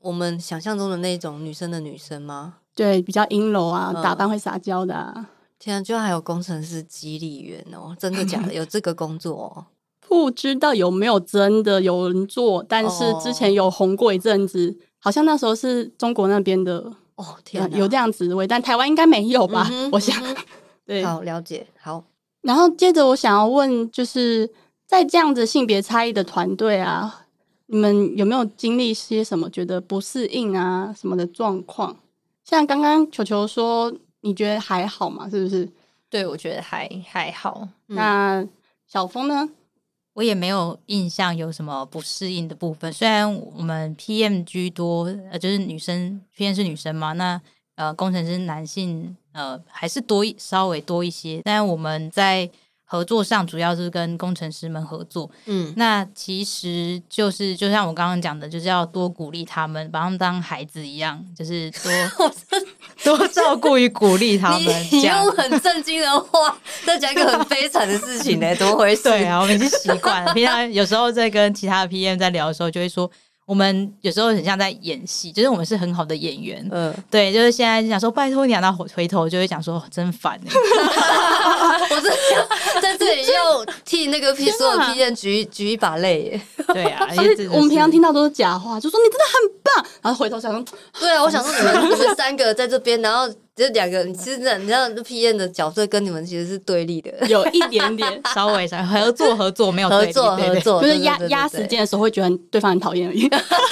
我们想象中的那种女生的女生吗？ 对，比较阴柔啊、嗯、打扮会撒娇的啊。 天啊，居然还有工程师激励员哦，真的假的？有这个工作哦？ 不知道有没有真的有人做，但是之前有红过一阵子、哦、好像那时候是中国那边的哦，天哪， 有这样子，但台湾应该没有吧、嗯、我想、嗯、对， 好了解。好， 然后接着我想要问，就是在这样子性别差异的团队啊，你们有没有经历些什么觉得不适应啊什么的状况？像刚刚球球说你觉得还好嘛，是不是？ 对，我觉得还还好、 嗯、那小峰呢？ 我也没有印象有什么不适应的部分，虽然我们 P M 居多，呃，就是女生 P M 是女生嘛，那呃工程师男性呃还是多稍微多一些，但我们在合作上主要是跟工程师们合作，嗯，那其实就是就像我刚刚讲的，就是要多鼓励他们，把他们当孩子一样，就是多多照顾与鼓励他们。 你, 你用很震惊的话在讲一个很悲惨的事情呢、欸，怎么回事？ 对啊，我们已经习惯了。平常有时候在跟其他的 P M 在聊的时候，就会说。我们有时候很像在演戏，就是我们是很好的演员，嗯，对，就是现在就想说拜托你，然后回头就会讲说真烦哎、 欸，我真的在这里又替那个 P 所有 P M 举举一把泪耶， 对啊， 所以我们平常听到都是假话，就说你真的很棒，然后回头想说， 对啊，我想说你们你们三个在这边，然后这两个其实你知道 P M 的角色跟你们其实是对立的， 有一点点稍微稍微合作合作没有对立合作合作， 就是压压时间的时候会觉得对方很讨厌而已。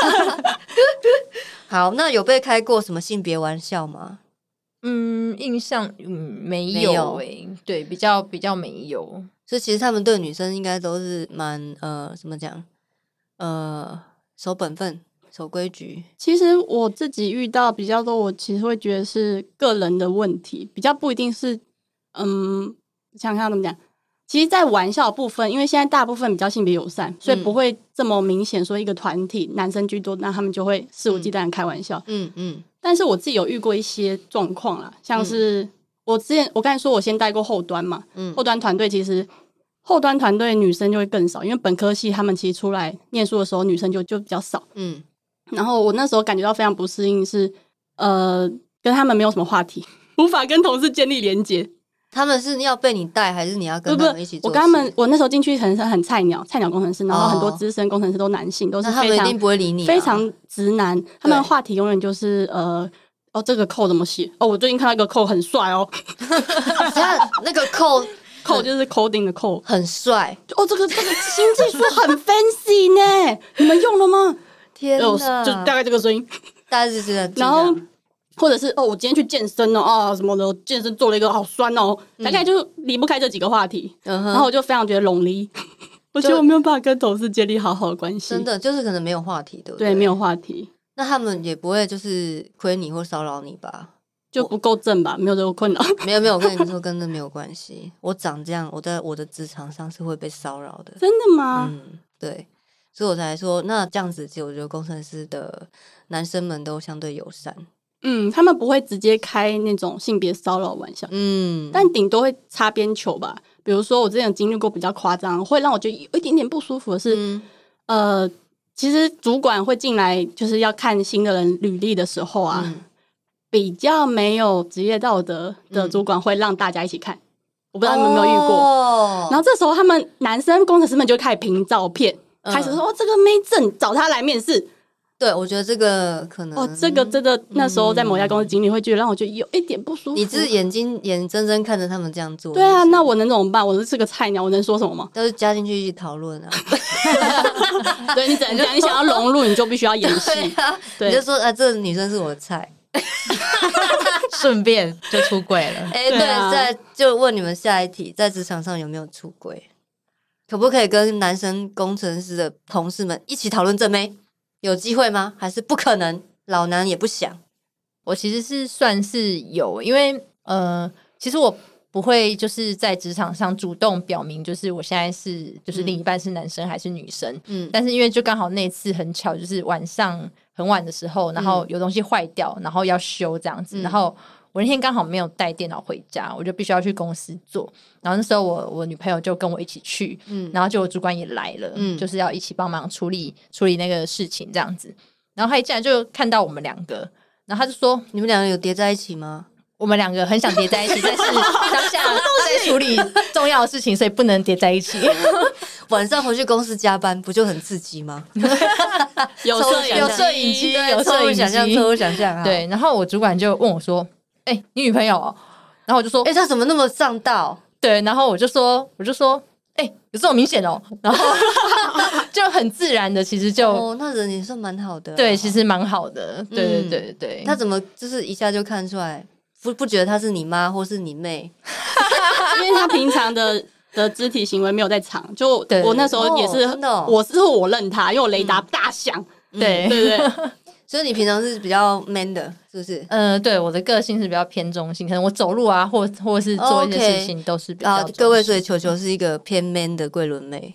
好，那有被开过什么性别玩笑吗？ 嗯，印象嗯没有诶、欸，对，比较比较没有。 所以其实他们对女生应该都是蛮呃，怎么讲？呃，守本分、守规矩。 其实我自己遇到比较多，我其实会觉得是个人的问题，比较不一定是嗯，想看怎么讲。其实在玩笑的部分，因为现在大部分比较性别友善，所以不会这么明显说一个团体男生居多，那他们就会肆无忌惮的开玩笑。嗯嗯。但是我自己有遇过一些状况啦，像是我之前我刚才说我先带过后端嘛，嗯、后端团队其实后端团队女生就会更少，因为本科系他们其实出来念书的时候女生就就比较少。嗯。然后我那时候感觉到非常不适应是，呃，跟他们没有什么话题，无法跟同事建立连结。 他们是要被你带，还是你要跟他们一起做事？ 我跟他们，我那时候进去可能是很菜鸟，菜鸟工程师，然后很多资深工程师都男性，都是非常他们一定不会理你、啊， 非常直男。他们的话题永远就是呃，哦，这个扣怎么写？哦，我最近看到一个扣很帅哦。 他那个扣扣就是 coding 的扣， 很帅哦。这个这个新技术很 fancy 呢，你们用了吗？ 天哪， 就大概这个声音， 大概是这样。 然后。或者是哦，我今天去健身哦，啊什么的，健身做了一个好酸哦，嗯、大概就离不开这几个话题，嗯、然后我就非常觉得 lonely， 我觉得我没有办法跟同事建立好好的关系， 真的就是可能没有话题，对不对？ 对，没有话题， 那他们也不会就是亏你或骚扰你吧？ 就不够正吧，没有这个困扰。 没有没有，我跟你说，跟那没有关系。我长这样，我在我的职场上是会被骚扰的。 真的吗？ 嗯，对，所以我才说，那这样子，其实我觉得工程师的男生们都相对友善。 嗯，他们不会直接开那种性别骚扰玩笑，嗯，但顶多会擦边球吧。比如说，我之前有经历过比较夸张，会让我觉得有一点点不舒服的是，嗯、呃，其实主管会进来就是要看新的人履历的时候啊，嗯、比较没有职业道德的主管会让大家一起看。嗯、我不知道你们有没有遇过。哦、然后这时候他们男生工程师们就开始评照片，嗯、开始说哦，这个没证，找他来面试。 对，我觉得这个可能哦，这个真的那时候在某家公司经历，会觉得让我觉得有一点不舒服。 你是眼睛眼睁睁看着他们这样做？ 对啊，那我能怎么办？我是个菜鸟，我能说什么吗？ 都是加进去一起讨论啊。 对，你只能讲，你想要融入，你就必须要演戏。 对啊，对，你就说啊，这个女生是我的菜， 顺便就出柜了。 哎、欸，对，啊、再就问你们下一题，在职场上有没有出柜？可不可以跟男生工程师的同事们一起讨论正妹？有机会吗？还是不可能？老男也不想。 我其实是算是有，因为呃，其实我不会就是在职场上主动表明，就是我现在是就是另一半是男生还是女生。嗯，但是因为就刚好那次很巧，就是晚上很晚的时候，然后有东西坏掉，然后要修这样子，嗯、然后我那天刚好没有带电脑回家，我就必须要去公司做。然后那时候我我女朋友就跟我一起去，嗯，然后就我主管也来了，嗯，就是要一起帮忙处理处理那个事情这样子。 然后他一进来就看到我们两个，然后他就说：“ 你们两个有叠在一起吗？” 我们两个很想叠在一起，但是当下在处理重要的事情，所以不能叠在一起。 晚上回去公司加班，不就很刺激吗？ 有摄影有摄影机，有摄影机， 错误想象。 对，然后我主管就问我说：“哎、欸，你女朋友、哦？”然后我就说：“ 哎、欸，他怎么那么上道？” 对，然后我就说：“我就说，哎、欸，有这么明显哦。”然后就很自然的，其实就哦，那人也算蛮好的、啊。 对，其实蛮好的。对对对对对、 嗯，他怎么就是一下就看出来？不不觉得她是你妈或是你妹， 因为她平常的的肢体行为没有在藏。就我那时候也是， 哦哦、 我是我认她，因为我雷达大响。 嗯、对对对， 所以你平常是比较 man 的，是不是？ 嗯、呃，对，我的个性是比较偏中性，可能我走路啊，或或是做一些事情都是比较、 哦 okay 啊。各位，所以球球是一个偏 man 的桂纶镁。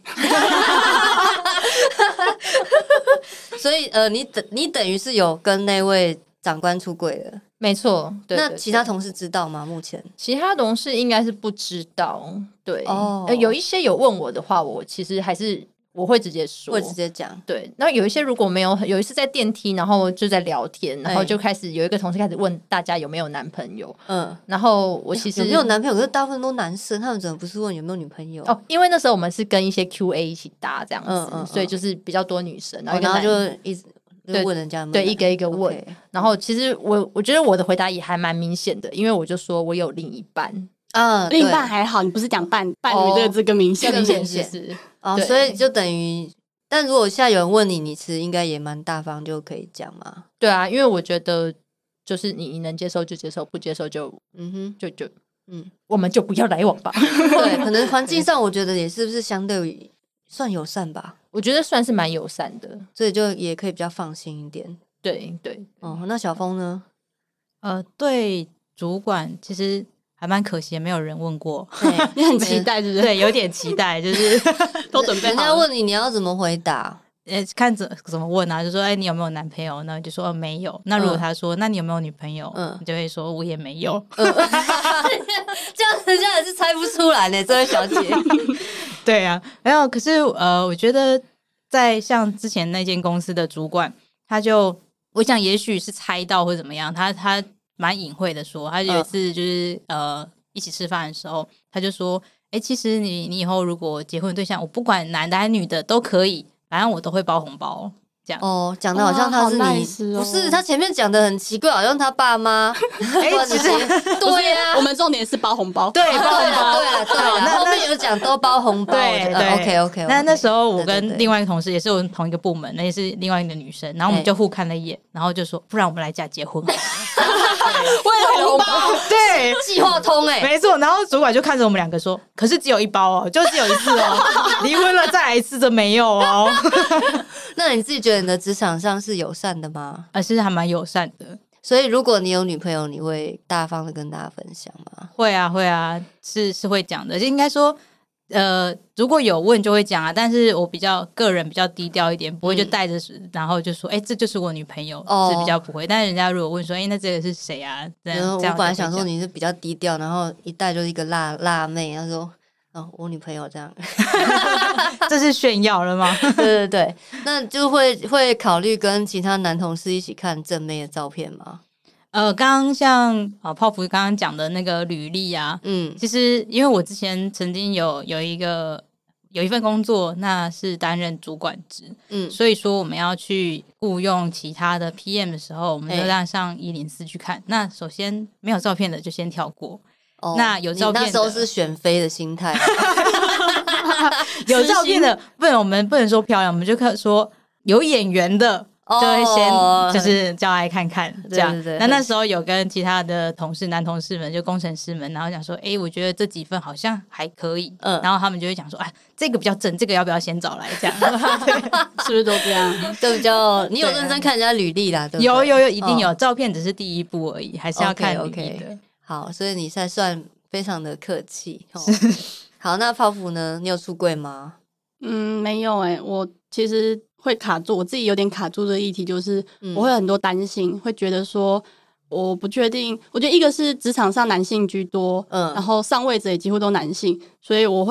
所以呃，你等你等于是有跟那位长官出柜的。 没错，对对对。 那其他同事知道吗？目前其他同事应该是不知道。对， 哦， 呃，有一些有问我的话，我其实还是我会直接说， 会直接讲。 对，然后有一些如果没有，有一次在电梯，然后就在聊天，然后就开始有一个同事开始问大家有没有男朋友。嗯，然后我其实有没有男朋友，可是大部分都男生，他们怎么不是问有没有女朋友？ 哦，因为那时候我们是跟一些 Q A 一起搭这样子，嗯嗯嗯，所以就是比较多女生，然后, 然后就一直。对，问人家对，一个一个问。Okay. 然后其实我我觉得我的回答也还蛮明显的，因为我就说我有另一半啊，另一半还好，你不是讲伴伴侣的这个明显， 更明显是哦，所以就等于，但如果现在有人问你，你其实应该也蛮大方，就可以讲嘛。 对啊，因为我觉得就是你你能接受就接受，不接受就嗯哼，就就嗯，我们就不要来往吧。 对，可能环境上我觉得也是不是相对算友善吧。 我觉得算是蛮友善的， 所以就也可以比较放心一点。 对对， 哦，那小峰呢？ 呃，对主管其实还蛮可惜，没有人问过。 你很期待，是不是？ 对，有点期待，就是都准备好了。 人家问你，你要怎么回答？ 呃，看怎怎么问啊？就说，哎、欸，你有没有男朋友？那就说、哦、没有。那如果他说，嗯、那你有没有女朋友？嗯，你就会说，我也没有。嗯、 这样人家也是猜不出来呢，这位小姐。 对啊，没有。可是呃，我觉得在像之前那间公司的主管，他就我想也许是猜到或怎么样，他他蛮隐晦的说，他有一次就是、嗯、呃一起吃饭的时候，他就说，哎、欸，其实你你以后如果结婚对象，我不管男的还是女的都可以，反正我都会包红包。这样哦，讲的好像他是你， 哦、 不是他前面讲的很奇怪，好像他爸妈。哎、欸，其实对呀、 啊，我们重点是包红包， 对，包红包，对了，对了，那后面有讲都包红包， 对对 ，OK OK。 那那时候我跟另外一个同事也是我们同一个部门，那也是另外一个女生，然后我们就互看了一眼，然后就说，不然我们来假结婚好了。 为了红包， 对， 计划通哎、欸， 没错。然后主管就看着我们两个说：“可是只有一包哦，就只有一次哦，离婚了再来一次的没有哦。” 那你自己觉得你的职场上是友善的吗？ 啊，是还蛮友善的。 所以如果你有女朋友，你会大方的跟大家分享吗？ 会啊，会啊，是是会讲的。就应该说，呃，如果有问就会讲啊，但是我比较个人比较低调一点，不会就带着、嗯，然后就说，哎、欸，这就是我女朋友，哦、是比较不会。但是人家如果问说，哎、欸，那这个是谁啊？这样、嗯、 我本来想说你是比较低调，然后一带就是一个辣辣妹，他说。哦，我女朋友这样， 这是炫耀了吗？ 对对对，那就会会考虑跟其他男同事一起看正妹的照片吗？ 呃，刚刚像啊泡芙刚刚讲的那个履历啊，嗯，其实因为我之前曾经有有一个有一份工作，那是担任主管职，嗯，所以说我们要去雇用其他的 P M 的时候，我们就让上一零四去看。那首先没有照片的就先跳过。哦、那有照片的， 你那时候是选妃的心态， 有照片的不能，我们不能说漂亮，我们就可说有眼缘的，就会先就是叫来看看，哦、这样。对对对，那那时候有跟其他的同事、男同事们，就工程师们，然后讲说，哎、欸，我觉得这几份好像还可以，嗯，然后他们就会讲说，哎，这个比较正，这个要不要先找来？这样， 是不是都这样？ 就比较，你有认真看人家履历啦，对不对？ 有有有，一定有，哦、照片只是第一步而已，还是要看履历的。Okay, okay. 好，所以你才算非常的客气。哦、好，那泡芙呢？你有出柜吗？ 嗯，没有哎、欸，我其实会卡住，我自己有点卡住的议题就是，我会很多担心，嗯、会觉得说我不确定。我觉得一个是职场上男性居多，嗯，然后上位者也几乎都男性，所以我会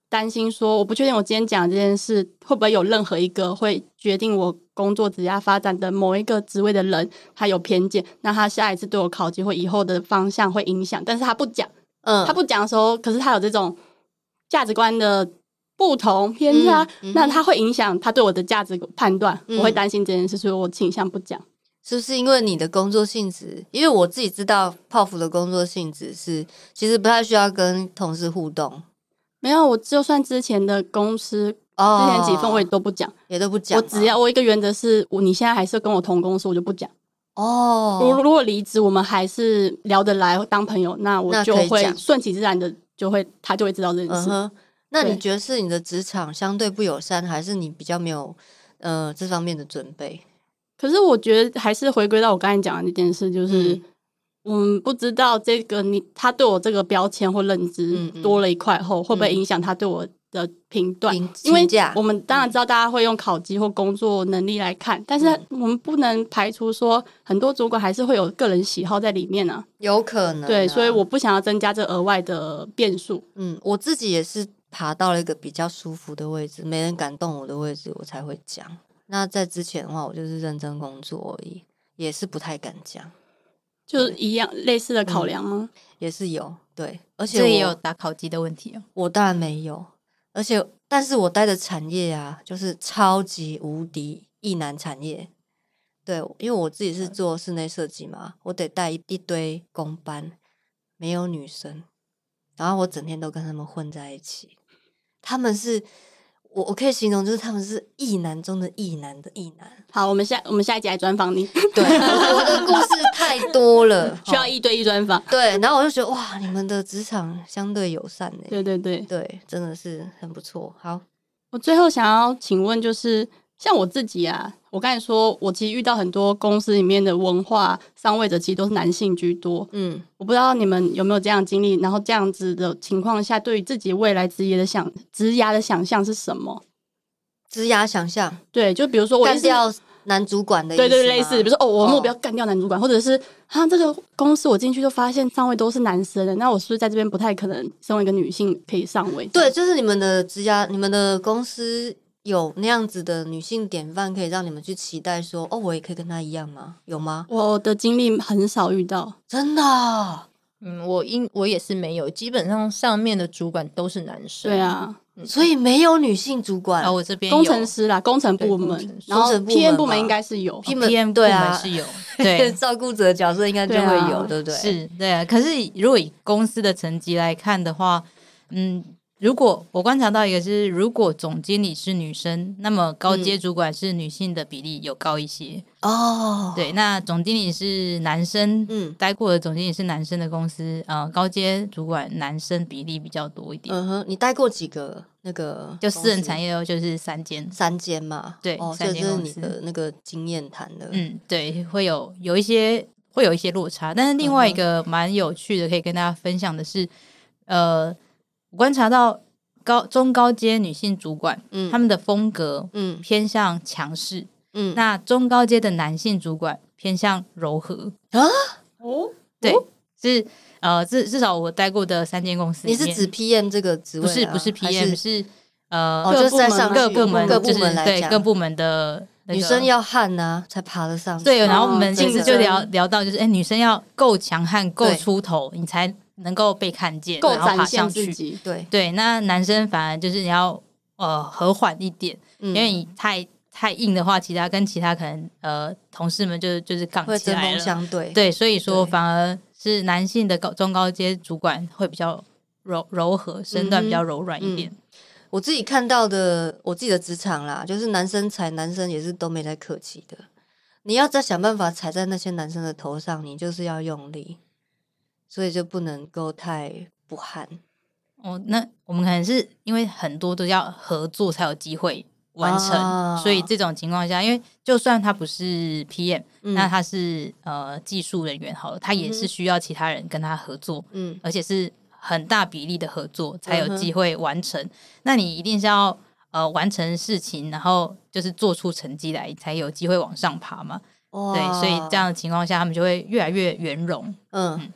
担心说，我不确定我今天讲的这件事会不会有任何一个会决定我工作职业发展的某一个职位的人，他有偏见，那他下一次对我考级或以后的方向会影响，但是他不讲，嗯，他不讲的时候，可是他有这种价值观的不同偏差，嗯嗯、那他会影响他对我的价值判断，嗯、我会担心这件事，所以我倾向不讲。 是不是因为你的工作性质？因为我自己知道泡芙的工作性质是，其实不太需要跟同事互动。 没有，我就算之前的公司、哦、之前几份我也都不讲， 也都不讲。 我只要我一个原则是，我你现在还是跟我同公司，我就不讲。哦，如如果离职，我们还是聊得来当朋友，那我就会顺其自然的，就会他就会知道这件事。嗯、 那你觉得是你的职场相对不友善，还是你比较没有呃这方面的准备？ 可是我觉得还是回归到我刚才讲的那件事，就是。嗯我们不知道这个你他对我这个标签或认知多了一块后，嗯嗯会不会影响他对我的评断？因为我们当然知道大家会用考绩或工作能力来看，但是我们不能排除说很多主管还是会有个人喜好在里面啊， 有可能、啊。 对，所以我不想要增加这额外的变数。 嗯，我自己也是爬到了一个比较舒服的位置，没人敢动我的位置，我才会讲。那在之前的话，我就是认真工作而已，也是不太敢讲。 就是一样类似的考量吗？ 嗯、也是有，对，而且这也有打考绩的问题哦。 我当然没有，而且但是我待的产业啊，就是超级无敌异男产业。对，因为我自己是做室内设计嘛，我得带一堆工班，没有女生，然后我整天都跟他们混在一起。他们是我我可以形容，就是他们是异男中的异男的异男。 好，我们下我们下一集来专访你。 对，我的故事太多了， 需要一对一专访。 对，然后我就觉得哇，你们的职场相对友善耶。 对对对对，真的是很不错。好， 我最后想要请问，就是像我自己啊，我刚才说我其实遇到很多公司里面的文化上位者，其实都是男性居多。嗯，我不知道你们有没有这样的经历，然后这样子的情况下，对于自己未来职业的想职涯的想象是什么？ 职涯想象， 对，就比如说我干掉男主管的意思吗？ 对对，类似，比如说哦，我目标干掉男主管，哦、或者是啊，这个公司我进去就发现上位都是男生的，那我是不是在这边不太可能身为一个女性可以上位？ 对，就是你们的职涯，你们的公司有那样子的女性典范，可以让你们去期待说，哦，我也可以跟她一样吗？有吗？ 我的经历很少遇到， 真的。 嗯，我应我也是没有，基本上上面的主管都是男生。 对啊。 所以没有女性主管。 啊，我这边有工程师啦，工程部门，然后 P M 部门应该是有 ，P M 部门是有，对， 照顾者的角色应该就会有，对不对？ 是，对啊。可是如果以公司的层级来看的话，嗯。如果我观察到一个是，如果总经理是女生，那么高阶主管是女性的比例有高一些哦。对，那总经理是男生，嗯，待过的总经理是男生的公司，呃，高阶主管男生比例比较多一点。 嗯哼，你待过几个那个？ 就私人产业哦，就是三间， 三间嘛。 对， 哦， 三间公司。 这是你的那个经验谈的。 嗯，对，会有有一些会有一些落差，但是另外一个蛮有趣的，可以跟大家分享的是，呃。我观察到高中高阶女性主管，嗯，他们的风格，嗯，偏向强势，嗯，那中高阶的男性主管偏向柔和啊，哦，对，哦、是呃，至至少我待过的三间公司里面， 你是指 P M 这个职位、啊？ 不是，不是 P M， 是, 是呃， 哦，就是在上各部门， 各部门来讲，对各部门的、那个、 女生要悍啊，才爬得上去。 对，然后我们其实就聊、哦、聊到，就是哎，女生要够强悍、够出头，你才能够被看见， 够然后爬上去。 对对，那男生反而就是你要呃和缓一点，嗯、因为你太太硬的话，其他跟其他可能呃同事们就就是杠起来了， 会针锋相对。 对，所以说反而是男性的高中高阶主管会比较柔柔和，身段比较柔软一点。嗯嗯， 我自己看到的，我自己的职场啦，就是男生踩男生也是都没在客气的。你要再想办法踩在那些男生的头上，你就是要用力。所以就不能够太不悍哦。那我们可能是因为很多都要合作才有机会完成，啊、所以这种情况下，因为就算他不是 P M，、嗯、那他是呃技术人员好了，他也是需要其他人跟他合作，嗯，而且是很大比例的合作才有机会完成。嗯、那你一定是要呃完成事情，然后就是做出成绩来，才有机会往上爬嘛。对，所以这样的情况下，他们就会越来越圆融。 嗯。嗯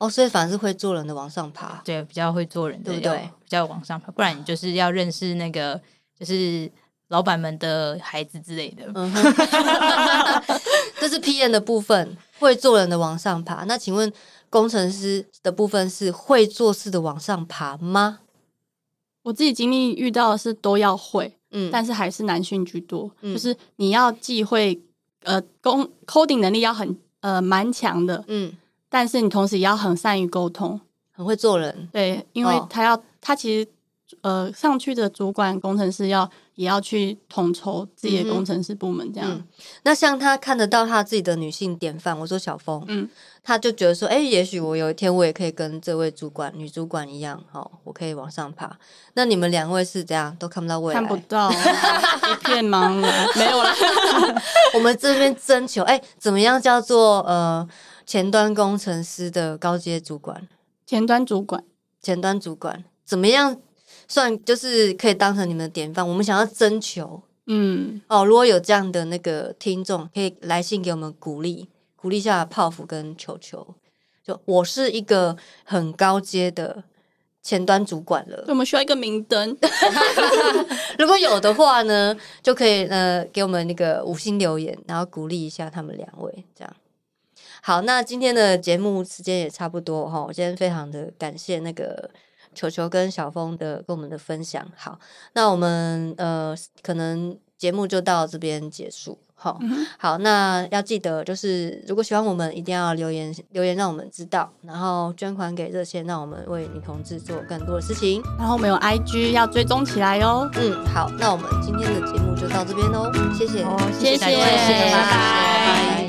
哦，所以反而是会做人的往上爬， 对，比较会做人的， 对不对？ 比较往上爬，不然你就是要认识那个就是老板们的孩子之类的。嗯这是 P M 的部分，会做人的往上爬。那请问工程师的部分是会做事的往上爬吗？ 我自己经历遇到的是都要会，嗯，但是还是男性居多，嗯、就是你要既会呃工 coding 能力要很呃蛮强的，嗯，但是你同时也要很善于沟通， 很会做人， 对，因为他要、哦、他其实呃上去的主管工程师要也要去统筹自己的工程师部门这样、嗯嗯。 那像他看得到他自己的女性典范，我说小峰，嗯，他就觉得说，哎、欸，也许我有一天我也可以跟这位主管女主管一样，好，我可以往上爬。那你们两位是怎样都看不到未来？ 看不到，一片茫然，没有啦。 我们这边征求，哎、欸，怎么样叫做呃前端工程师的高阶主管？ 前端主管， 前端主管怎么样算就是可以当成你们的典范？我们想要征求，嗯，哦，如果有这样的那个听众，可以来信给我们鼓励，鼓励一下泡芙跟球球。就我是一个很高阶的前端主管了， 我们需要一个明灯。 如果有的话呢，就可以呃给我们那个五星留言，然后鼓励一下他们两位，这样。好，那今天的节目时间也差不多哈，我今天非常的感谢那个球球跟小峰的跟我们的分享。好，那我们呃可能节目就到这边结束。好、嗯，好，那要记得就是如果喜欢我们，一定要留言留言让我们知道，然后捐款给热线，让我们为女同志做更多的事情。 然后我们有 I G 要追踪起来哦。 嗯，好，那我们今天的节目就到这边喽，谢谢， 哦、谢谢，谢谢，拜拜。